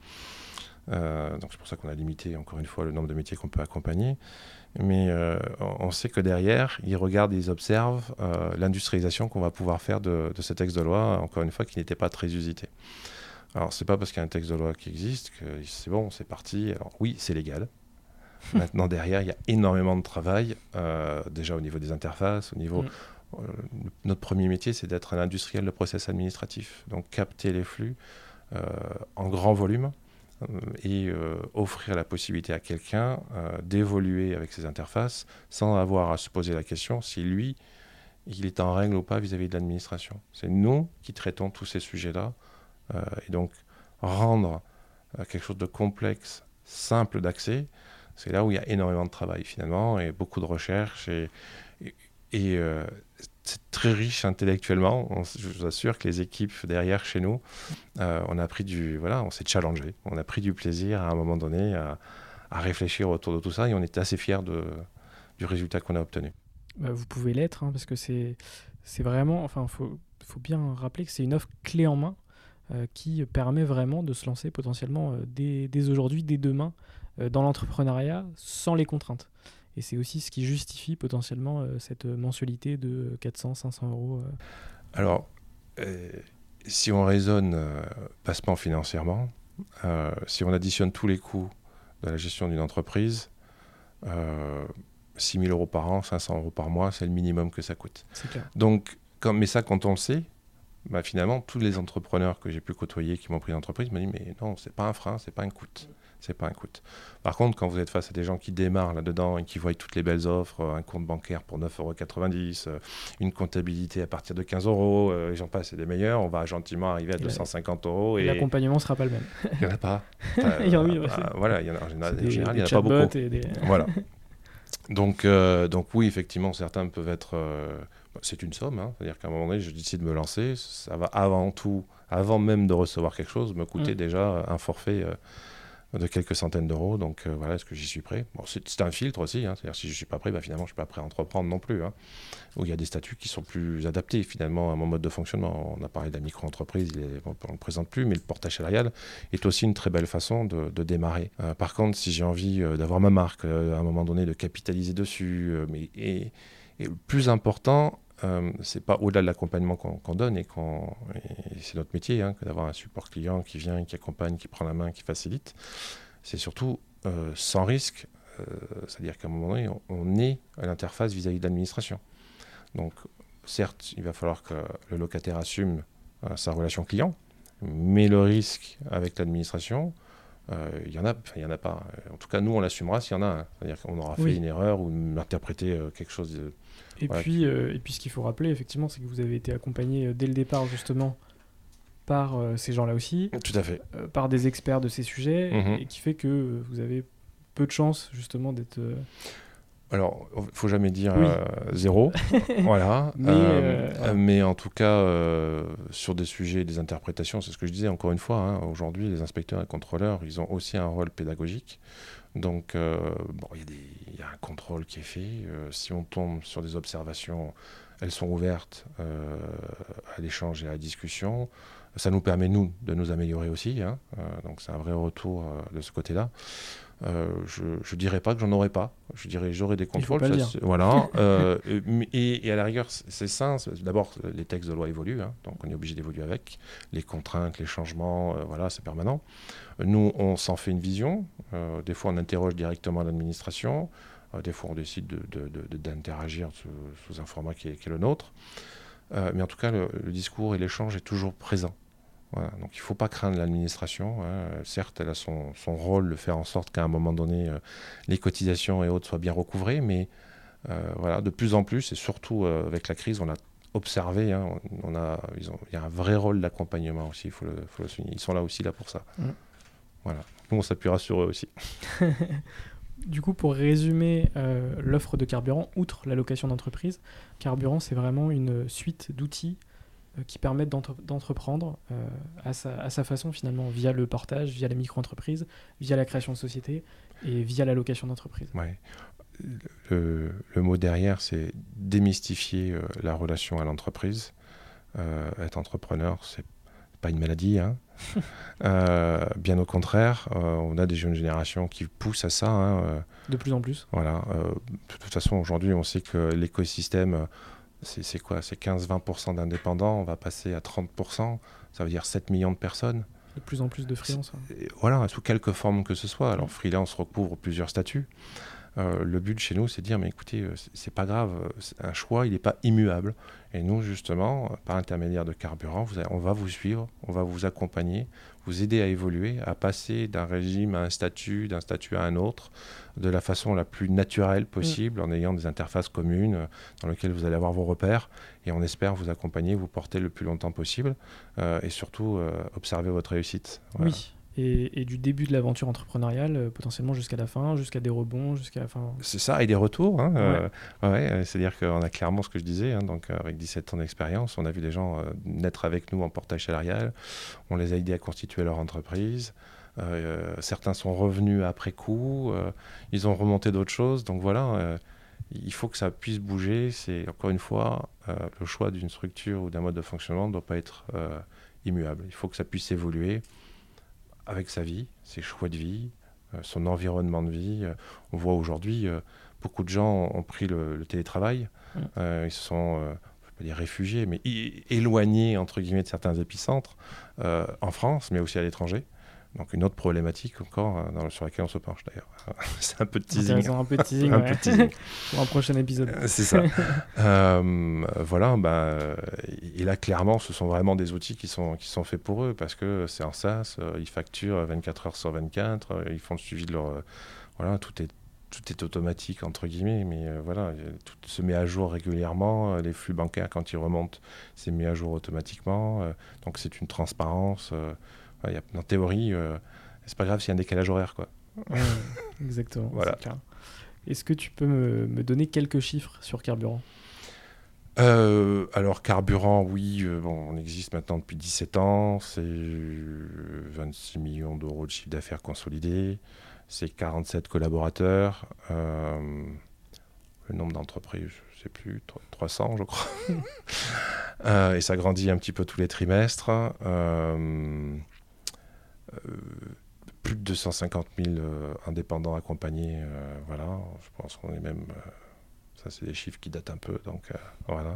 Donc c'est pour ça qu'on a limité encore une fois le nombre de métiers qu'on peut accompagner. Mais on sait que derrière, ils regardent et ils observent l'industrialisation qu'on va pouvoir faire de ce texte de loi, encore une fois, qui n'était pas très usité. Alors, c'est pas parce qu'il y a un texte de loi qui existe que c'est bon, c'est parti. Alors oui, c'est légal. Maintenant, derrière, il y a énormément de travail, déjà au niveau des interfaces, au niveau... notre premier métier, c'est d'être un industriel de process administratif. Donc, capter les flux en grand volume et offrir la possibilité à quelqu'un d'évoluer avec ses interfaces sans avoir à se poser la question si lui il est en règle ou pas vis-à-vis de l'administration. C'est nous qui traitons tous ces sujets-là. Et donc, rendre quelque chose de complexe, simple d'accès, c'est là où il y a énormément de travail finalement, et beaucoup de recherche. Et c'est très riche intellectuellement. Je vous assure que les équipes derrière chez nous, on a pris on s'est challengé. On a pris du plaisir à un moment donné à réfléchir autour de tout ça, et on est assez fiers du résultat qu'on a obtenu. Vous pouvez l'être, parce que c'est vraiment, enfin, faut bien rappeler que c'est une offre clé en main qui permet vraiment de se lancer potentiellement dès aujourd'hui, dès demain, dans l'entrepreneuriat sans les contraintes. Et c'est aussi ce qui justifie potentiellement cette mensualité de 400-500 euros. Alors, si on raisonne passement financièrement, si on additionne tous les coûts de la gestion d'une entreprise, 6 000 euros par an, 500 euros par mois, c'est le minimum que ça coûte. C'est clair. Donc, mais ça, quand on le sait, finalement, tous les entrepreneurs que j'ai pu côtoyer qui m'ont pris d'entreprise m'ont dit « mais non, c'est pas un frein, c'est pas un coût. » C'est pas un coût. Par contre, quand vous êtes face à des gens qui démarrent là-dedans et qui voient toutes les belles offres, un compte bancaire pour 9,90 €, une comptabilité à partir de 15 €, et j'en passe, c'est des meilleurs, on va gentiment arriver à 250 €. Et l'accompagnement ne sera pas le même. Il n'y en a pas. Voilà, en général, il n'y en a pas beaucoup. Voilà. Donc oui, effectivement, certains peuvent être... c'est une somme, c'est-à-dire qu'à un moment donné, je décide de me lancer, ça va avant même de recevoir quelque chose, me coûter déjà un forfait de quelques centaines d'euros. Donc voilà, est-ce que j'y suis prêt ? Bon, c'est un filtre aussi, c'est-à-dire si je ne suis pas prêt, finalement, je ne suis pas prêt à entreprendre non plus. Où il y a des statuts qui sont plus adaptés finalement à mon mode de fonctionnement. On a parlé de la micro-entreprise, on ne le présente plus, mais le portage salarial est aussi une très belle façon de démarrer. Par contre, si j'ai envie d'avoir ma marque, à un moment donné, de capitaliser dessus, et le plus important, c'est pas au-delà de l'accompagnement qu'on donne, et c'est notre métier, que d'avoir un support client qui vient, qui accompagne, qui prend la main, qui facilite. C'est surtout sans risque, c'est-à-dire qu'à un moment donné, on est à l'interface vis-à-vis de l'administration. Donc, certes, il va falloir que le locataire assume sa relation client, mais le risque avec l'administration, il y en a pas. En tout cas, nous, on l'assumera s'il y en a un. C'est-à-dire qu'on aura fait une erreur ou interprété quelque chose de... Et puis, ce qu'il faut rappeler, effectivement, c'est que vous avez été accompagné dès le départ, justement, par ces gens-là aussi. Tout à fait. Par des experts de ces sujets, et qui fait que vous avez peu de chances, justement, d'être... Alors, il ne faut jamais dire zéro, voilà. Mais en tout cas, sur des sujets, des interprétations, c'est ce que je disais encore une fois, aujourd'hui, les inspecteurs et contrôleurs, ils ont aussi un rôle pédagogique. Donc, il y a un contrôle qui est fait. Si on tombe sur des observations, elles sont ouvertes à l'échange et à la discussion. Ça nous permet, nous, de nous améliorer aussi. Donc, c'est un vrai retour de ce côté-là. Je ne dirais pas que j'en aurais pas. Je dirais j'aurais des contrôles. Voilà. Et à la rigueur, c'est ça. D'abord, les textes de loi évoluent. Donc, on est obligé d'évoluer avec. Les contraintes, les changements, c'est permanent. Nous, on s'en fait une vision. Des fois, on interroge directement l'administration. Des fois, on décide d'interagir sous un format qui est le nôtre. Mais en tout cas, le discours et l'échange est toujours présent. Voilà, donc il ne faut pas craindre l'administration. Certes, elle a son rôle de faire en sorte qu'à un moment donné, les cotisations et autres soient bien recouvrées, mais de plus en plus, et surtout avec la crise, on l'a observé, il y a un vrai rôle d'accompagnement aussi, il faut le souligner. Ils sont là aussi pour ça. Voilà. Nous, on s'appuiera sur eux aussi. Du coup, pour résumer l'offre de Carburant, outre la location d'entreprise, Carburant, c'est vraiment une suite d'outils qui permettent d'entreprendre à sa façon finalement, via le portage, via la micro-entreprise, via la création de société et via la location d'entreprise. Ouais. Le mot derrière, c'est démystifier la relation à l'entreprise. Être entrepreneur, c'est pas une maladie. Bien au contraire, on a des jeunes générations qui poussent à ça. De plus en plus. Voilà. De toute façon, aujourd'hui, on sait que l'écosystème... C'est quoi ? C'est 15-20% d'indépendants, on va passer à 30%, ça veut dire 7 millions de personnes. De plus en plus de freelance. Voilà, sous quelque forme que ce soit. Alors freelance recouvre plusieurs statuts. Le but chez nous, c'est de dire, mais écoutez, c'est pas grave, un choix, il n'est pas immuable. Et nous, justement, par l'intermédiaire de Carburant, on va vous suivre, on va vous accompagner, vous aider à évoluer, à passer d'un régime à un statut, d'un statut à un autre, de la façon la plus naturelle possible, en ayant des interfaces communes dans lesquelles vous allez avoir vos repères. Et on espère vous accompagner, vous porter le plus longtemps possible et surtout observer votre réussite. Voilà. Oui. Et du début de l'aventure entrepreneuriale, potentiellement jusqu'à la fin, jusqu'à des rebonds, jusqu'à la fin. C'est ça, et des retours. C'est-à-dire qu'on a clairement ce que je disais, donc avec 17 ans d'expérience, on a vu des gens naître avec nous en portage salarial, on les a aidés à constituer leur entreprise. Certains sont revenus après coup, ils ont remonté d'autres choses. Donc voilà, il faut que ça puisse bouger. C'est encore une fois, le choix d'une structure ou d'un mode de fonctionnement ne doit pas être immuable. Il faut que ça puisse évoluer avec sa vie, ses choix de vie, son environnement de vie. On voit aujourd'hui, beaucoup de gens ont pris le télétravail. Ils se sont, je ne vais pas dire réfugiés, mais éloignés, entre guillemets, de certains épicentres en France, mais aussi à l'étranger. Donc une autre problématique encore sur laquelle on se penche d'ailleurs. C'est un peu de teasing. Un peu de teasing, peu de teasing. Pour un prochain épisode. C'est ça. Voilà, et là clairement ce sont vraiment des outils qui sont faits pour eux parce que c'est en SaaS, ils facturent 24 heures sur 24, ils font le suivi de leur... voilà, tout est automatique entre guillemets, mais voilà, tout se met à jour régulièrement, les flux bancaires quand ils remontent, c'est mis à jour automatiquement, donc c'est une transparence... en théorie, c'est pas grave s'il y a un décalage horaire, quoi. Exactement. Voilà. Est-ce que tu peux me donner quelques chiffres sur Carburant ? Alors, Carburant, oui, on existe maintenant depuis 17 ans. C'est 26 millions d'euros de chiffre d'affaires consolidé. C'est 47 collaborateurs. Le nombre d'entreprises, je ne sais plus, 300, je crois. Et ça grandit un petit peu tous les trimestres. Plus de 250 000 indépendants accompagnés, voilà, je pense qu'on est même, ça c'est des chiffres qui datent un peu, donc voilà.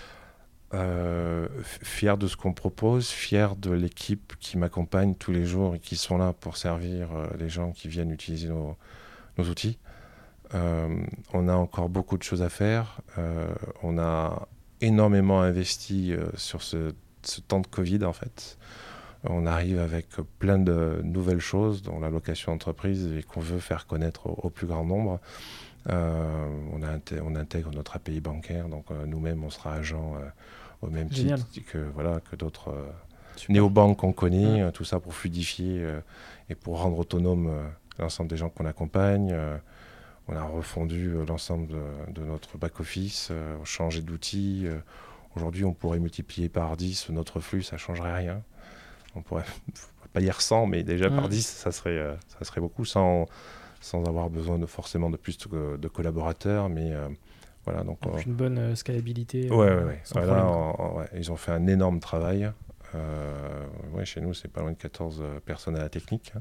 Fier de ce qu'on propose, fier de l'équipe qui m'accompagne tous les jours et qui sont là pour servir les gens qui viennent utiliser nos outils. On a encore beaucoup de choses à faire, on a énormément investi sur ce temps de Covid en fait. On arrive avec plein de nouvelles choses, dont la location d'entreprise et qu'on veut faire connaître au plus grand nombre. On intègre notre API bancaire, donc nous-mêmes on sera agent au même titre que d'autres néobanques qu'on connaît, tout ça pour fluidifier et pour rendre autonome l'ensemble des gens qu'on accompagne. On a refondu l'ensemble de notre back-office, changé d'outils. Aujourd'hui, on pourrait multiplier par 10 notre flux, ça ne changerait rien. On pourrait pas dire 100, mais déjà par 10, ça serait beaucoup, sans avoir besoin forcément de plus de collaborateurs. Mais voilà, donc une bonne scalabilité. Ils ont fait un énorme travail. Chez nous, c'est pas loin de 14 personnes à la technique,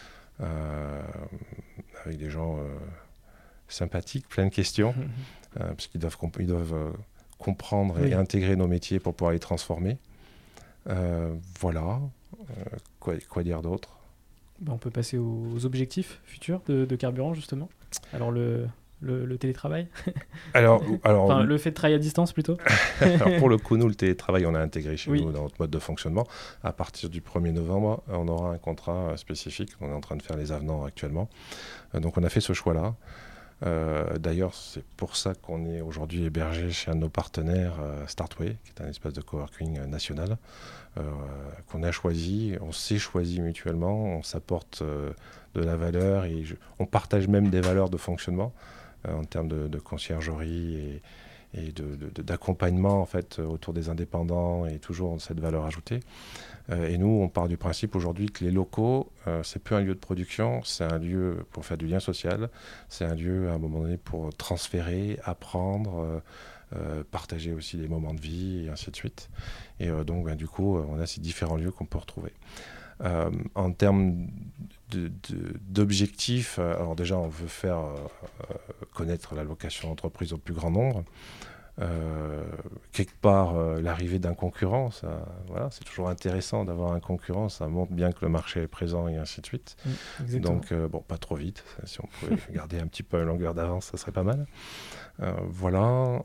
avec des gens sympathiques, plein de questions, parce qu'ils doivent comprendre et intégrer nos métiers pour pouvoir les transformer. Voilà. Quoi dire d'autre ? On peut passer aux objectifs futurs de Carburant, justement. Alors, le télétravail alors, enfin, le fait de travailler à distance, plutôt. Alors, pour le coup, nous, le télétravail, on l'a intégré chez nous dans notre mode de fonctionnement. À partir du 1er novembre, on aura un contrat spécifique. On est en train de faire les avenants actuellement. Donc, on a fait ce choix-là. D'ailleurs, c'est pour ça qu'on est aujourd'hui hébergé chez un de nos partenaires, Startway, qui est un espace de coworking national, qu'on a choisi, on s'est choisi mutuellement, on s'apporte de la valeur et on partage même des valeurs de fonctionnement en termes de conciergerie et d'accompagnement en fait, autour des indépendants et toujours cette valeur ajoutée. Et nous, on part du principe aujourd'hui que les locaux, c'est plus un lieu de production, c'est un lieu pour faire du lien social, c'est un lieu à un moment donné pour transférer, apprendre, partager aussi des moments de vie et ainsi de suite. Et donc, du coup, on a ces différents lieux qu'on peut retrouver. En termes d'objectifs, alors déjà, on veut faire connaître la location d'entreprise au plus grand nombre. quelque part l'arrivée d'un concurrent, ça, voilà, c'est toujours intéressant d'avoir un concurrent, ça montre bien que le marché est présent et ainsi de suite. Exactement. Donc bon, pas trop vite, si on pouvait garder un petit peu une longueur d'avance, ça serait pas mal. Voilà.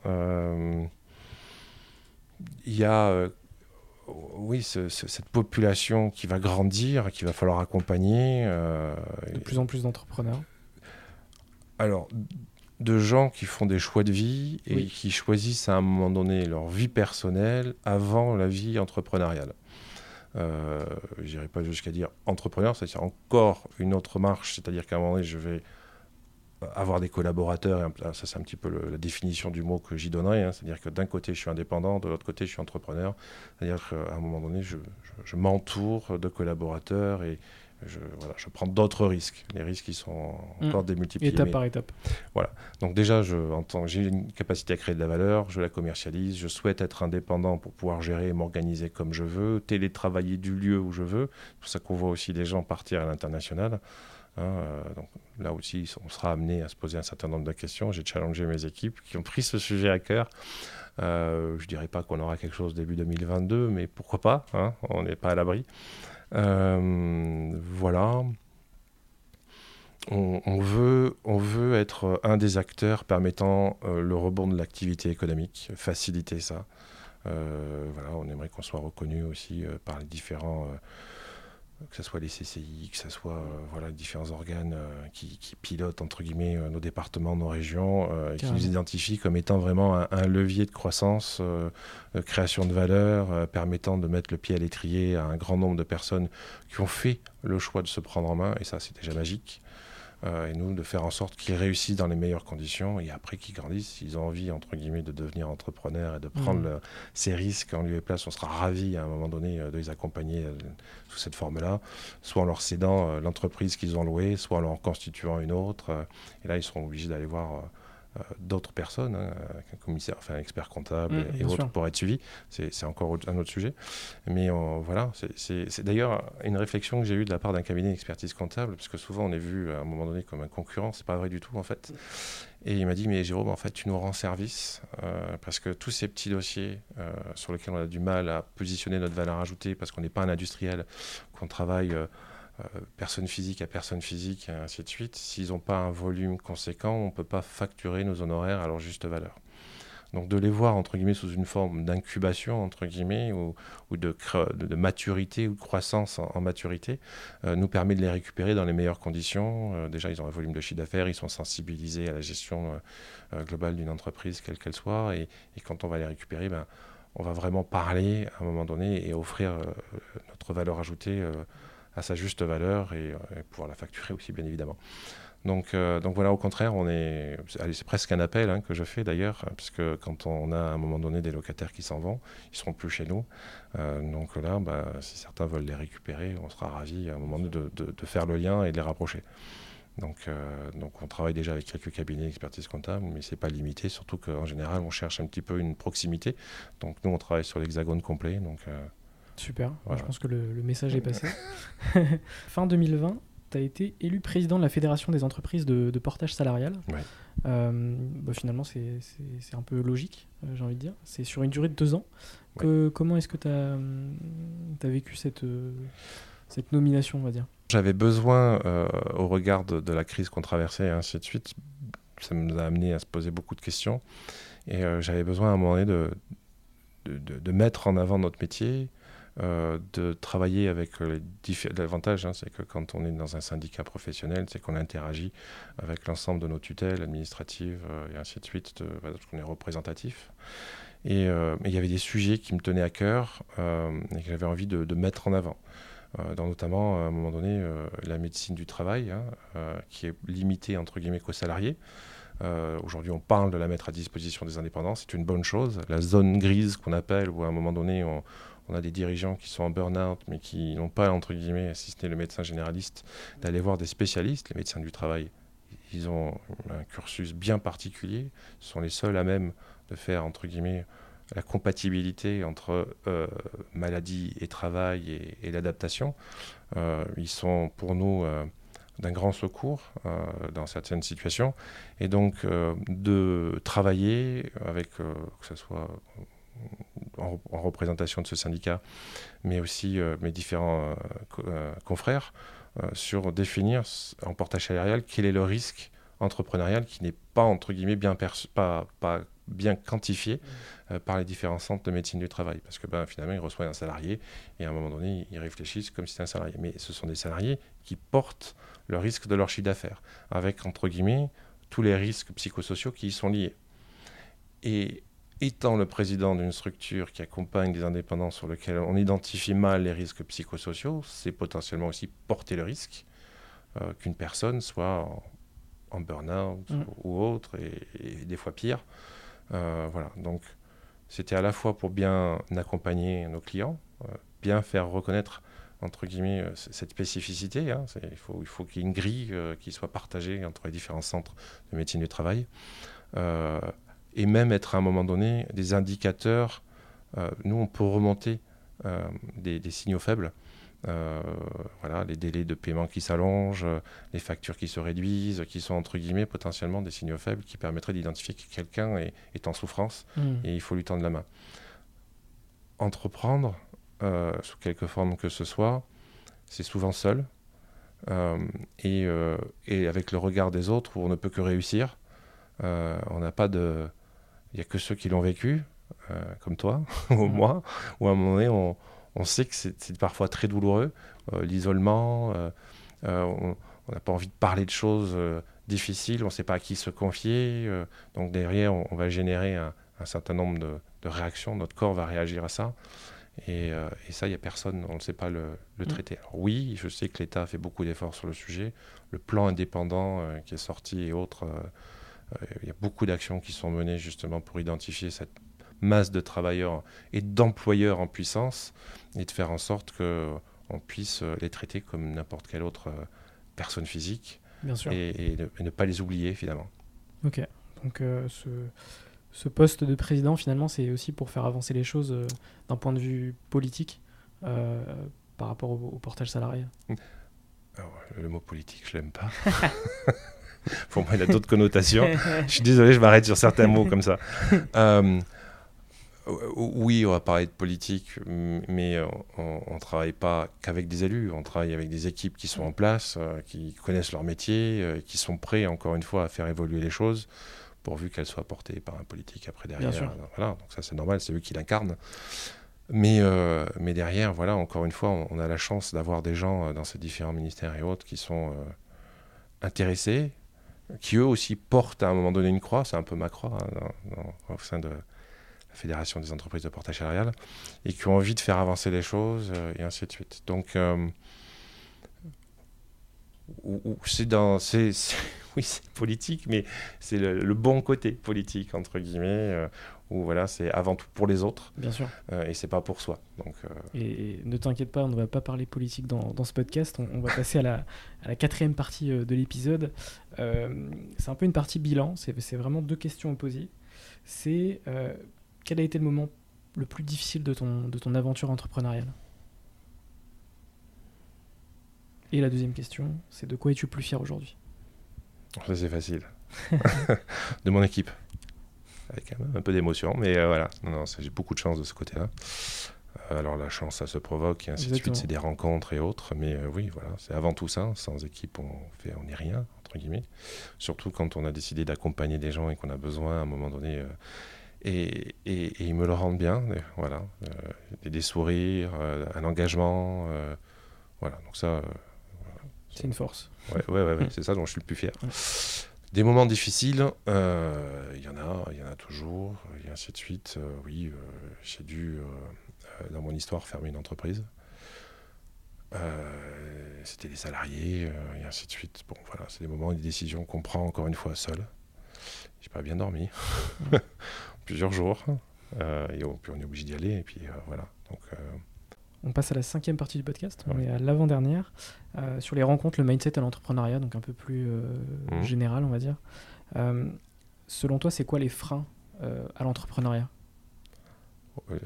Il y a oui, cette population qui va grandir, qu'il va falloir accompagner. De plus en plus d'entrepreneurs. Alors, de gens qui font des choix de vie et qui choisissent à un moment donné leur vie personnelle avant la vie entrepreneuriale. Je n'irai pas jusqu'à dire entrepreneur, c'est-à-dire encore une autre marche, c'est-à-dire qu'à un moment donné, je vais avoir des collaborateurs, et ça c'est un petit peu la définition du mot que j'y donnerai, hein, c'est-à-dire que d'un côté je suis indépendant, de l'autre côté je suis entrepreneur, c'est-à-dire qu'à un moment donné je m'entoure de collaborateurs et je prends d'autres risques, les risques ils sont encore démultipliés. Étape par étape. Voilà, donc déjà j'ai une capacité à créer de la valeur, je la commercialise, je souhaite être indépendant pour pouvoir gérer et m'organiser comme je veux, télétravailler du lieu où je veux, c'est pour ça qu'on voit aussi des gens partir à l'international. Donc là aussi, on sera amené à se poser un certain nombre de questions. J'ai challengé mes équipes qui ont pris ce sujet à cœur. Je ne dirais pas qu'on aura quelque chose début 2022, mais pourquoi pas, hein, on n'est pas à l'abri. Voilà. On veut être un des acteurs permettant le rebond de l'activité économique, faciliter ça. Voilà, on aimerait qu'on soit reconnu aussi par les différents... que ce soit les CCI, que ce soit voilà, les différents organes qui pilotent entre guillemets nos départements, nos régions, qui nous identifient comme étant vraiment un levier de croissance, de création de valeur, permettant de mettre le pied à l'étrier à un grand nombre de personnes qui ont fait le choix de se prendre en main, et ça c'est déjà magique. Et nous, de faire en sorte qu'ils réussissent dans les meilleures conditions et après qu'ils grandissent, s'ils ont envie, entre guillemets, de devenir entrepreneurs et de prendre ces risques en lieu et place, on sera ravis à un moment donné de les accompagner sous cette forme-là, soit en leur cédant l'entreprise qu'ils ont louée, soit en leur constituant une autre. Et là, ils seront obligés d'aller voir d'autres personnes, un commissaire, enfin un expert comptable et autres pour être suivis. C'est encore un autre sujet. Mais voilà, c'est d'ailleurs une réflexion que j'ai eue de la part d'un cabinet d'expertise comptable, parce que souvent on est vu à un moment donné comme un concurrent, c'est pas vrai du tout en fait. Et il m'a dit, mais Jérôme, en fait tu nous rends service, parce que tous ces petits dossiers sur lesquels on a du mal à positionner notre valeur ajoutée, parce qu'on n'est pas un industriel, qu'on travaille... personne physique à personne physique, et ainsi de suite. S'ils n'ont pas un volume conséquent, on ne peut pas facturer nos honoraires à leur juste valeur. Donc de les voir, entre guillemets, sous une forme d'incubation, entre guillemets, ou de maturité ou de croissance en maturité, nous permet de les récupérer dans les meilleures conditions. Déjà, ils ont un volume de chiffre d'affaires, ils sont sensibilisés à la gestion globale d'une entreprise, quelle qu'elle soit, et quand on va les récupérer, on va vraiment parler à un moment donné et offrir notre valeur ajoutée à sa juste valeur et pouvoir la facturer aussi, bien évidemment. Donc voilà, au contraire, c'est presque un appel que je fais d'ailleurs, puisque quand on a à un moment donné des locataires qui s'en vont, ils ne seront plus chez nous. Donc là, si certains veulent les récupérer, on sera ravis à un moment donné de faire le lien et de les rapprocher. Donc on travaille déjà avec quelques cabinets d'expertise comptable, mais ce n'est pas limité, surtout qu'en général, on cherche un petit peu une proximité. Donc nous, on travaille sur l'hexagone complet. Donc, super, voilà. Je pense que le message est passé. Fin 2020, tu as été élu président de la Fédération des entreprises de portage salarial. Ouais. Finalement, c'est un peu logique, j'ai envie de dire. C'est sur une durée de 2 ans. Comment est-ce que tu as vécu cette nomination, on va dire ? J'avais besoin, au regard de la crise qu'on traversait et ainsi de suite, ça nous a amené à se poser beaucoup de questions. Et j'avais besoin à un moment donné de mettre en avant notre métier, de travailler avec l'avantage, c'est que quand on est dans un syndicat professionnel, c'est qu'on interagit avec l'ensemble de nos tutelles administratives et ainsi de suite, parce qu'on est représentatif. Et il y avait des sujets qui me tenaient à cœur et que j'avais envie de mettre en avant. Notamment, à un moment donné, la médecine du travail, qui est limitée, entre guillemets, qu'aux salariés. Aujourd'hui, on parle de la mettre à disposition des indépendants, c'est une bonne chose. La zone grise qu'on appelle, où à un moment donné, on a des dirigeants qui sont en burn-out, mais qui n'ont pas, entre guillemets, si ce n'est le médecin généraliste, d'aller voir des spécialistes. Les médecins du travail, ils ont un cursus bien particulier, ce sont les seuls à même de faire, entre guillemets, la compatibilité entre maladie et travail et l'adaptation. Ils sont pour nous d'un grand secours dans certaines situations. Et donc, de travailler avec, que ce soit en représentation de ce syndicat, mais aussi mes différents confrères, sur définir en portage salarial quel est le risque entrepreneurial qui n'est pas, entre guillemets, pas bien quantifié par les différents centres de médecine du travail. Parce que finalement, ils reçoivent un salarié et à un moment donné, ils réfléchissent comme si c'était un salarié. Mais ce sont des salariés qui portent le risque de leur chiffre d'affaires, avec, entre guillemets, tous les risques psychosociaux qui y sont liés. Et étant le président d'une structure qui accompagne des indépendants sur lequel on identifie mal les risques psychosociaux, c'est potentiellement aussi porter le risque qu'une personne soit en burn-out ou autre, et des fois pire. Voilà. Donc, c'était à la fois pour bien accompagner nos clients, bien faire reconnaître, entre guillemets, cette spécificité. Hein. Il faut qu'il y ait une grille qui soit partagée entre les différents centres de médecine du travail. Et même être à un moment donné des indicateurs. Nous, on peut remonter des signaux faibles. Voilà, les délais de paiement qui s'allongent, les factures qui se réduisent, qui sont entre guillemets potentiellement des signaux faibles qui permettraient d'identifier que quelqu'un est en souffrance et il faut lui tendre la main. Entreprendre, sous quelque forme que ce soit, c'est souvent seul et avec le regard des autres où on ne peut que réussir. On n'a pas de... Il n'y a que ceux qui l'ont vécu, comme toi ou moi, où à un moment donné, on sait que c'est parfois très douloureux, l'isolement, on n'a pas envie de parler de choses difficiles, on ne sait pas à qui se confier, donc derrière, on va générer un certain nombre de réactions, notre corps va réagir à ça, et ça, il n'y a personne, on ne sait pas le traiter. Alors oui, je sais que l'État a fait beaucoup d'efforts sur le sujet, le plan indépendant qui est sorti et autres, il y a beaucoup d'actions qui sont menées justement pour identifier cette masse de travailleurs et d'employeurs en puissance et de faire en sorte qu'on puisse les traiter comme n'importe quelle autre personne physique. Bien sûr. Et ne pas les oublier finalement. Ok, donc ce poste de président finalement c'est aussi pour faire avancer les choses d'un point de vue politique par rapport au portage salarial. Alors, le mot politique je l'aime pas. Pour moi il a d'autres connotations. Je suis désolé, je m'arrête sur certains mots comme ça. Oui, on va parler de politique, mais on ne travaille pas qu'avec des élus, on travaille avec des équipes qui sont en place, qui connaissent leur métier, qui sont prêts, encore une fois, à faire évoluer les choses, pourvu qu'elles soient portées par un politique après derrière. Bien sûr. Voilà, donc ça c'est normal, c'est eux qui l'incarnent. Mais derrière, voilà, encore une fois, on a la chance d'avoir des gens dans ces différents ministères et autres qui sont intéressés, qui eux aussi portent à un moment donné une croix, c'est un peu ma croix au sein de Fédération des entreprises de portage salarial, et qui ont envie de faire avancer les choses, et ainsi de suite. Donc, oui, c'est politique, mais c'est le bon côté politique, entre guillemets, où voilà, c'est avant tout pour les autres, bien sûr. Et c'est pas pour soi. Donc, et ne t'inquiète pas, on ne va pas parler politique dans ce podcast, on va passer à la quatrième partie de l'épisode. C'est un peu une partie bilan, c'est vraiment deux questions opposées. C'est... quel a été le moment le plus difficile de ton aventure entrepreneuriale ? Et la deuxième question, c'est de quoi es-tu le plus fier aujourd'hui ? Ça c'est facile. De mon équipe. Avec quand même un peu d'émotion, mais voilà. Non, j'ai beaucoup de chance de ce côté-là. Alors la chance, ça se provoque, et ainsi Exactement. de suite, c'est des rencontres et autres, mais oui, voilà, c'est avant tout ça. Sans équipe, on n'est rien, entre guillemets. Surtout quand on a décidé d'accompagner des gens et qu'on a besoin, à un moment donné... Et ils me le rendent bien, voilà, des sourires, un engagement, voilà, donc ça... c'est une force. Ouais, c'est ça dont je suis le plus fier. Ouais. Des moments difficiles, il y en a toujours, et ainsi de suite. Oui, j'ai dû, dans mon histoire, fermer une entreprise. C'était des salariés, et ainsi de suite. Bon, voilà, c'est des moments et des décisions qu'on prend encore une fois seul. J'ai pas bien dormi. Plusieurs jours, et puis on est obligé d'y aller, et puis voilà. Donc, on passe à la cinquième partie du podcast, on est à l'avant-dernière, sur les rencontres, le mindset à l'entrepreneuriat, donc un peu plus général, on va dire. Selon toi, c'est quoi les freins à l'entrepreneuriat ?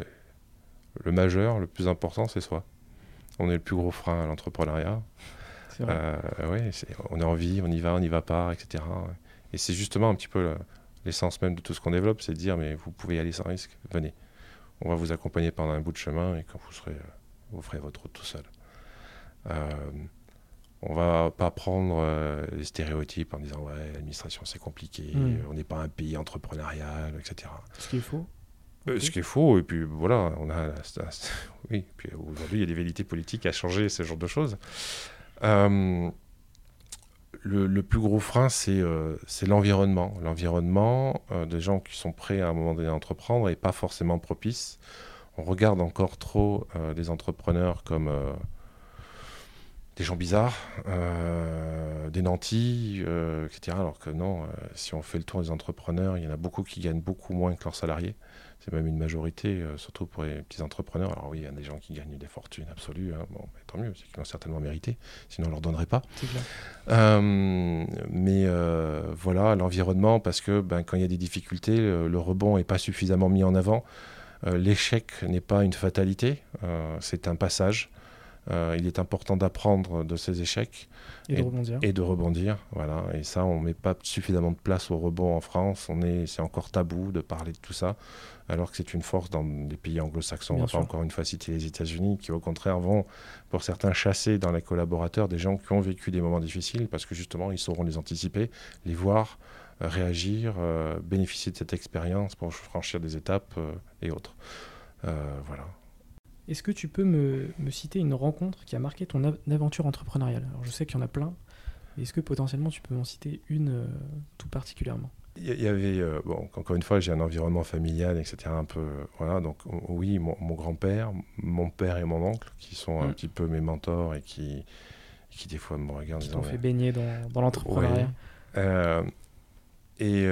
Le majeur, le plus important, c'est soi. On est le plus gros frein à l'entrepreneuriat. C'est vrai. On a envie, on y va pas, etc. Et c'est justement un petit peu l'essence même de tout ce qu'on développe, c'est de dire mais vous pouvez y aller sans risque, venez. On va vous accompagner pendant un bout de chemin et quand vous ferez votre route tout seul. On va pas prendre les stéréotypes en disant ouais, l'administration c'est compliqué, on n'est pas un pays entrepreneurial, etc. Ce qui est faux. Ce qui est faux, et puis voilà, oui, puis aujourd'hui il y a des vérités politiques à changer ce genre de choses. Le plus gros frein, c'est l'environnement. L'environnement, des gens qui sont prêts à un moment donné à entreprendre et pas forcément propice. On regarde encore trop les entrepreneurs comme des gens bizarres, des nantis, etc. Alors que non, si on fait le tour des entrepreneurs, il y en a beaucoup qui gagnent beaucoup moins que leurs salariés. C'est même une majorité, surtout pour les petits entrepreneurs. Alors oui, il y a des gens qui gagnent des fortunes absolues. Hein. Bon, tant mieux, c'est qu'ils l'ont certainement mérité. Sinon, on ne leur donnerait pas. C'est clair. Mais voilà, l'environnement, parce que quand il y a des difficultés, le rebond n'est pas suffisamment mis en avant. L'échec n'est pas une fatalité, c'est un passage. Il est important d'apprendre de ces échecs et de rebondir. Voilà. Et ça, on ne met pas suffisamment de place au rebond en France. C'est encore tabou de parler de tout ça, alors que c'est une force dans les pays anglo-saxons. On ne va pas encore une fois citer les États-Unis, qui au contraire vont, pour certains, chasser dans les collaborateurs des gens qui ont vécu des moments difficiles, parce que justement, ils sauront les anticiper, les voir, réagir, bénéficier de cette expérience pour franchir des étapes et autres. Voilà. Est-ce que tu peux me citer une rencontre qui a marqué ton aventure entrepreneuriale ? Alors, je sais qu'il y en a plein. Est-ce que potentiellement tu peux m'en citer une tout particulièrement ? Il y avait, encore une fois, j'ai un environnement familial, etc. Un peu, voilà. Donc oui, mon grand-père, mon père et mon oncle, qui sont un petit peu mes mentors et qui des fois me regardent. Qui t'ont fait baigner dans l'entrepreneuriat. Et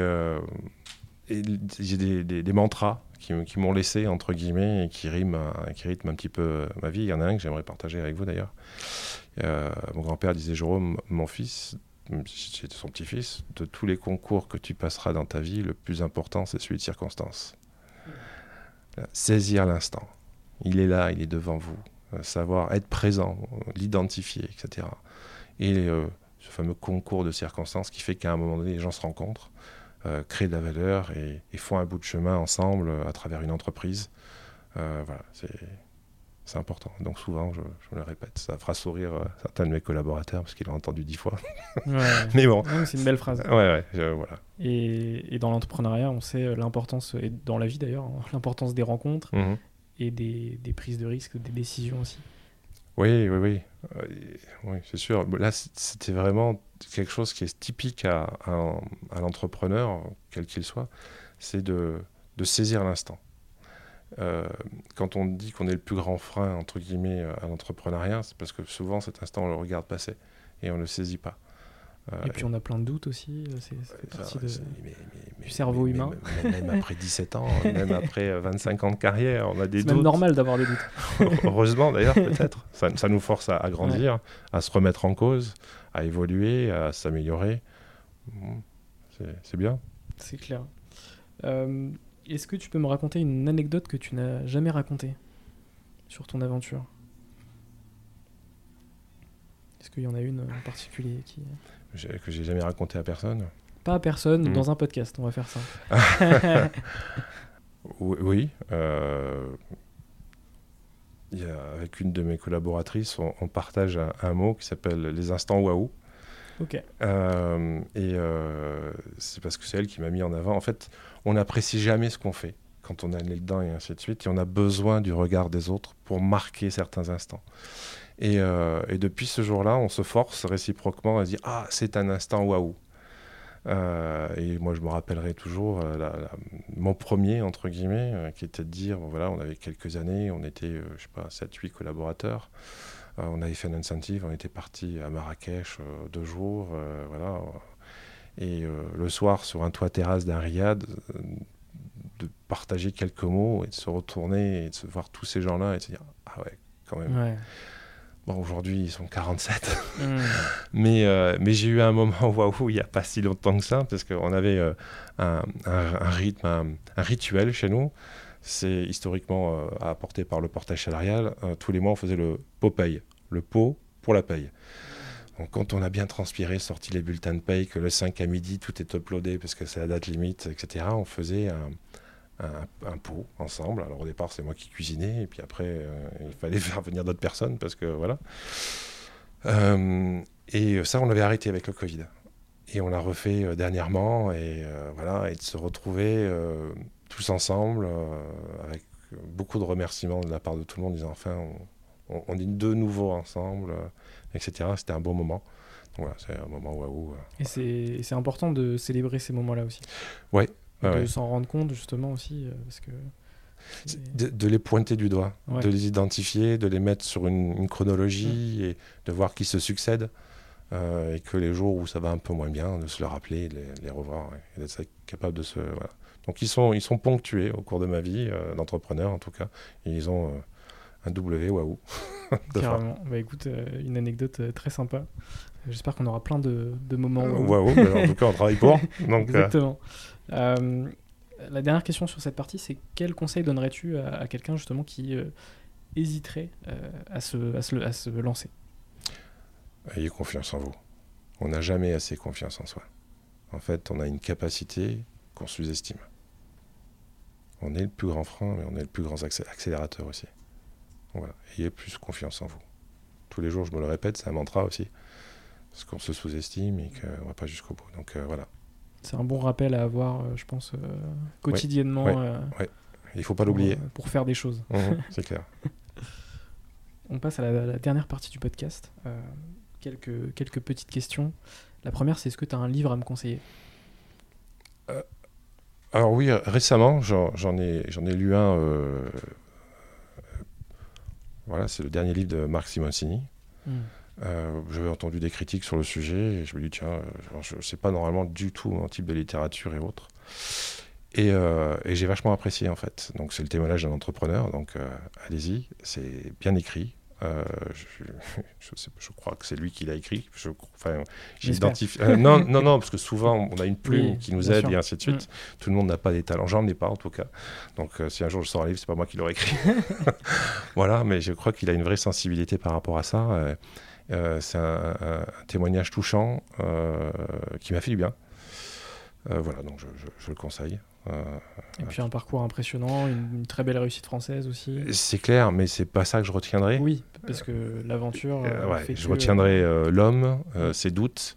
j'ai des mantras qui m'ont laissé, entre guillemets, et qui rythment un petit peu ma vie. Il y en a un que j'aimerais partager avec vous, d'ailleurs. Mon grand-père disait, Jérôme, mon fils, j'étais son petit-fils, de tous les concours que tu passeras dans ta vie, le plus important, c'est celui de circonstance. Saisir l'instant. Il est là, il est devant vous. Savoir être présent, l'identifier, etc. Et ce fameux concours de circonstances qui fait qu'à un moment donné, les gens se rencontrent, créent de la valeur et font un bout de chemin ensemble à travers une entreprise. Voilà, c'est important. Donc souvent, je me le répète, ça fera sourire certains de mes collaborateurs parce qu'ils l'ont entendu 10 fois. Ouais. Mais bon. Ouais, c'est une belle phrase. Voilà. Et dans l'entrepreneuriat, on sait l'importance, et dans la vie d'ailleurs, l'importance des rencontres et des prises de risques, des décisions aussi. Oui, c'est sûr. Là, c'était vraiment quelque chose qui est typique à l'entrepreneur, quel qu'il soit, c'est de saisir l'instant. Quand on dit qu'on est le plus grand frein, entre guillemets, à l'entrepreneuriat, c'est parce que souvent, cet instant, on le regarde passer et on ne le saisit pas. Et puis on a plein de doutes aussi, c'est partie du cerveau humain. Même après 17 ans, même après 25 ans de carrière, on a des doutes. C'est même normal d'avoir des doutes. Heureusement d'ailleurs, peut-être. Ça nous force à grandir, à se remettre en cause, à évoluer, à s'améliorer. C'est bien. C'est clair. Est-ce que tu peux me raconter une anecdote que tu n'as jamais racontée sur ton aventure ? Est-ce qu'il y en a une en particulier que j'ai jamais raconté à personne ? Pas à personne, dans un podcast, on va faire ça. Oui. Avec une de mes collaboratrices, on partage un mot qui s'appelle les instants waouh. Ok. C'est parce que c'est elle qui m'a mis en avant. En fait, on n'apprécie jamais ce qu'on fait quand on a le nez dedans et ainsi de suite. Et on a besoin du regard des autres pour marquer certains instants. Et depuis ce jour-là, on se force réciproquement à dire « Ah, c'est un instant waouh !» Et moi, je me rappellerai toujours mon premier, entre guillemets, qui était de dire, voilà, on avait quelques années, on était, 7-8 collaborateurs. On avait fait un incentive, on était parti à Marrakech 2 jours, voilà. Et le soir, sur un toit terrasse d'un riad, de partager quelques mots et de se retourner et de se voir tous ces gens-là et de se dire « Ah ouais, quand même. Ouais. » Bon, aujourd'hui, ils sont 47. Mais j'ai eu un moment waouh, il n'y a pas si longtemps que ça, parce qu'on avait un rythme, un rituel chez nous. C'est historiquement apporté par le portage salarial. Tous les mois, on faisait le pot paye. Le pot pour la paye. Donc, quand on a bien transpiré, sorti les bulletins de paye, que le 5 à midi, tout est uploadé parce que c'est la date limite, etc., on faisait un pot ensemble. Alors au départ, c'est moi qui cuisinais, et puis après, il fallait faire venir d'autres personnes parce que voilà. Et ça, on l'avait arrêté avec le Covid. Et on l'a refait dernièrement, et voilà, et de se retrouver tous ensemble avec beaucoup de remerciements de la part de tout le monde, disant enfin, on est de nouveau ensemble, etc. C'était un beau moment. Donc voilà, c'est un moment waouh. Et c'est important de célébrer ces moments-là aussi. Ouais. De s'en rendre compte justement aussi, parce que... De les pointer du doigt, ouais. de les identifier, de les mettre sur une chronologie et de voir qui se succèdent. Et que les jours où ça va un peu moins bien, de se le rappeler, de les revoir, et d'être capable de se... Voilà. Donc ils sont ponctués au cours de ma vie, d'entrepreneur en tout cas, et ils ont un W waouh. Carrément. Bah écoute, une anecdote très sympa. J'espère qu'on aura plein de moments waouh. En tout cas, on travaille pour. Donc, exactement. La dernière question sur cette partie, c'est quel conseil donnerais-tu à quelqu'un justement qui hésiterait à se lancer ? Ayez confiance en vous. On n'a jamais assez confiance en soi. En fait, on a une capacité qu'on sous-estime. On est le plus grand frein, mais on est le plus grand accélérateur aussi. Voilà. Ayez plus confiance en vous. Tous les jours, je me le répète, c'est un mantra aussi. Parce qu'on se sous-estime et qu'on ne va pas jusqu'au bout. Donc voilà. C'est un bon rappel à avoir, je pense, quotidiennement. Ouais. Il ne faut pas l'oublier. Pour faire des choses. C'est clair. On passe à la dernière partie du podcast. Quelques petites questions. La première, c'est est-ce que tu as un livre à me conseiller ? Alors oui, récemment, j'en ai lu un. Voilà, c'est le dernier livre de Marc Simoncini. J'avais entendu des critiques sur le sujet et je me dis tiens, c'est pas normalement du tout mon type de littérature et autres. Et j'ai vachement apprécié en fait. Donc c'est le témoignage d'un entrepreneur, donc allez-y, c'est bien écrit. Je crois que c'est lui qui l'a écrit. J'identifie. Non, parce que souvent on a une plume qui nous aide et ainsi de suite. Tout le monde n'a pas des talents. J'en ai pas en tout cas. Donc si un jour je sors un livre, c'est pas moi qui l'aurais écrit. Voilà, mais je crois qu'il a une vraie sensibilité par rapport à ça. C'est un témoignage touchant qui m'a fait du bien. Voilà, donc je le conseille. Et puis un parcours impressionnant, une très belle réussite française aussi. C'est clair, mais c'est pas ça que je retiendrai. Oui, parce que l'aventure fait je retiendrai l'homme, ses doutes,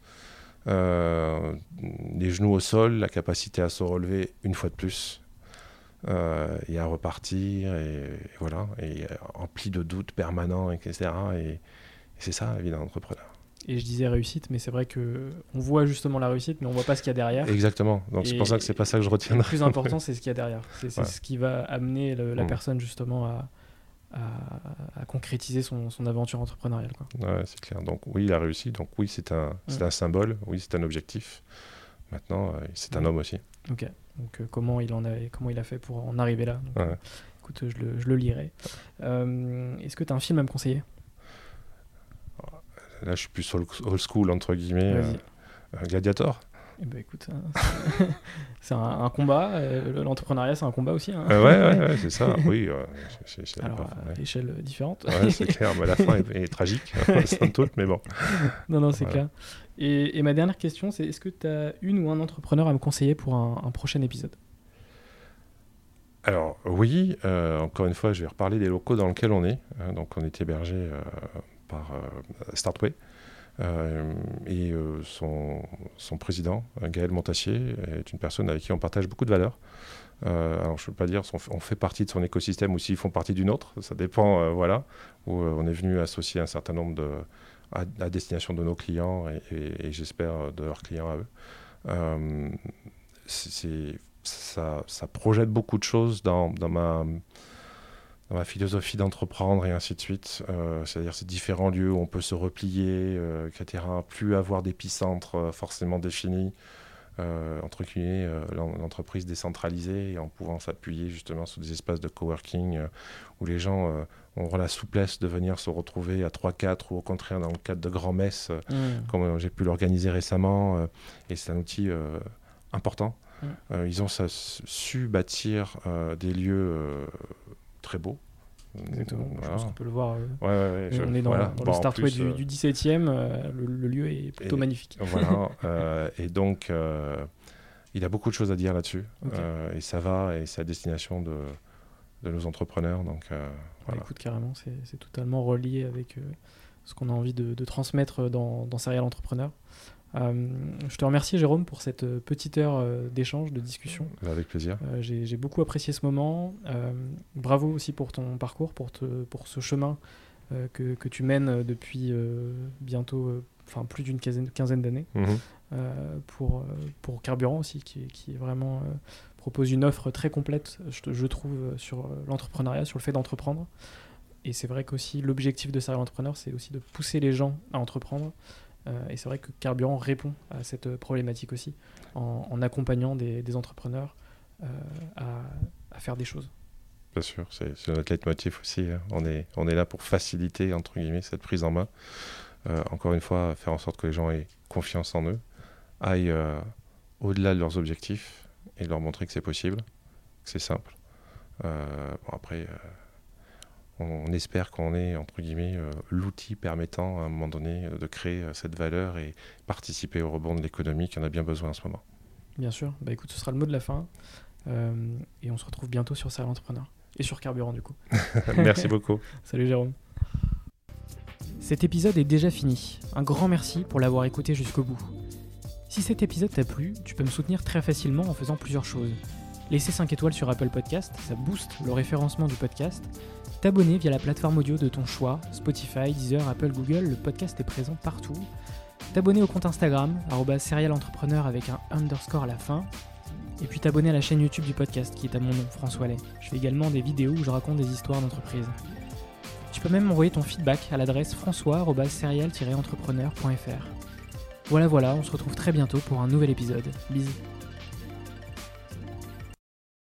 les genoux au sol, la capacité à se relever une fois de plus et à repartir, et voilà, et empli de doutes permanents, etc. Et c'est ça, la vie d'un entrepreneur. Et je disais réussite, mais c'est vrai qu'on voit justement la réussite, mais on ne voit pas ce qu'il y a derrière. Exactement. Donc c'est pour ça que c'est pas ça que je retiendrai. Le plus important, c'est ce qu'il y a derrière. C'est ce qui va amener la personne justement à concrétiser son aventure entrepreneuriale, quoi. Ouais, c'est clair. Donc oui, il a réussi. Donc oui, c'est un symbole. Oui, c'est un objectif. Maintenant, c'est un homme aussi. Ok. Donc comment il a fait pour en arriver là. Donc, écoute, je le lirai. Est-ce que tu as un film à me conseiller ? Là, je suis plus old school, entre guillemets. Gladiator. Eh ben, écoute, c'est un combat. L'entrepreneuriat, c'est un combat aussi. Hein. Ouais, c'est ça. Oui. Alors, à échelle différente. Ouais, c'est clair. Mais la fin est tragique, sans doute, mais bon. Non, c'est clair. Et ma dernière question, c'est est-ce que tu as une ou un entrepreneur à me conseiller pour un prochain épisode ? Alors, oui. Encore une fois, je vais reparler des locaux dans lesquels on est. Donc, on est hébergé par Startway. Et son président, Gaël Montassier, est une personne avec qui on partage beaucoup de valeurs. Alors je ne peux pas dire on fait partie de son écosystème ou s'ils font partie d'une autre, ça dépend, voilà, où on est venu associer un certain nombre à destination de nos clients et j'espère de leurs clients à eux. Ça projette beaucoup de choses dans ma philosophie d'entreprendre et ainsi de suite, c'est-à-dire ces différents lieux où on peut se replier, etc., plus avoir d'épicentre forcément défini, entre guillemets, l'entreprise décentralisée et en pouvant s'appuyer justement sur des espaces de coworking où les gens auront la souplesse de venir se retrouver à 3-4 ou au contraire dans le cadre de grands messes, comme j'ai pu l'organiser récemment, et c'est un outil important. Ils ont su bâtir des lieux très beaux, Exactement. Voilà. Je pense qu'on peut le voir. Ouais, On est dans le Startway du 17e. Le lieu est plutôt magnifique. Voilà. Et donc, il a beaucoup de choses à dire là-dessus. Okay. Et ça va, et c'est à destination de nos entrepreneurs. Donc, voilà. Écoute, carrément, c'est totalement relié avec ce qu'on a envie de transmettre dans Serial Entrepreneur. Je te remercie, Jérôme, pour cette petite heure d'échange, de discussion. Avec plaisir. J'ai beaucoup apprécié ce moment. Bravo aussi pour ton parcours, pour ce chemin que tu mènes depuis bientôt, plus d'une quinzaine d'années, pour Carburant aussi, qui est vraiment propose une offre très complète, je trouve, sur l'entrepreneuriat, sur le fait d'entreprendre. Et c'est vrai qu'aussi l'objectif de Serial Entrepreneur, c'est aussi de pousser les gens à entreprendre. Et c'est vrai que Carburant répond à cette problématique aussi, en accompagnant des entrepreneurs à faire des choses. Bien sûr, c'est notre leitmotiv aussi. Hein. On est là pour faciliter, entre guillemets, cette prise en main. Encore une fois, faire en sorte que les gens aient confiance en eux, aillent au-delà de leurs objectifs et leur montrer que c'est possible, que c'est simple. Après, on espère qu'on ait, entre guillemets, l'outil permettant à un moment donné de créer cette valeur et participer au rebond de l'économie qui en a bien besoin en ce moment. Bien sûr. Écoute, ce sera le mot de la fin. Et on se retrouve bientôt sur Serial Entrepreneur. Et sur Carburant, du coup. Merci beaucoup. Salut, Jérôme. Cet épisode est déjà fini. Un grand merci pour l'avoir écouté jusqu'au bout. Si cet épisode t'a plu, tu peux me soutenir très facilement en faisant plusieurs choses. Laisser 5 étoiles sur Apple Podcast, ça booste le référencement du podcast. T'abonner via la plateforme audio de ton choix, Spotify, Deezer, Apple, Google, le podcast est présent partout. T'abonner au compte Instagram, @serialentrepreneur avec un _ à la fin. Et puis t'abonner à la chaîne YouTube du podcast qui est à mon nom, François Lay. Je fais également des vidéos où je raconte des histoires d'entreprise. Tu peux même m'envoyer ton feedback à l'adresse françois@serial-entrepreneur.fr. Voilà, on se retrouve très bientôt pour un nouvel épisode. Bisous.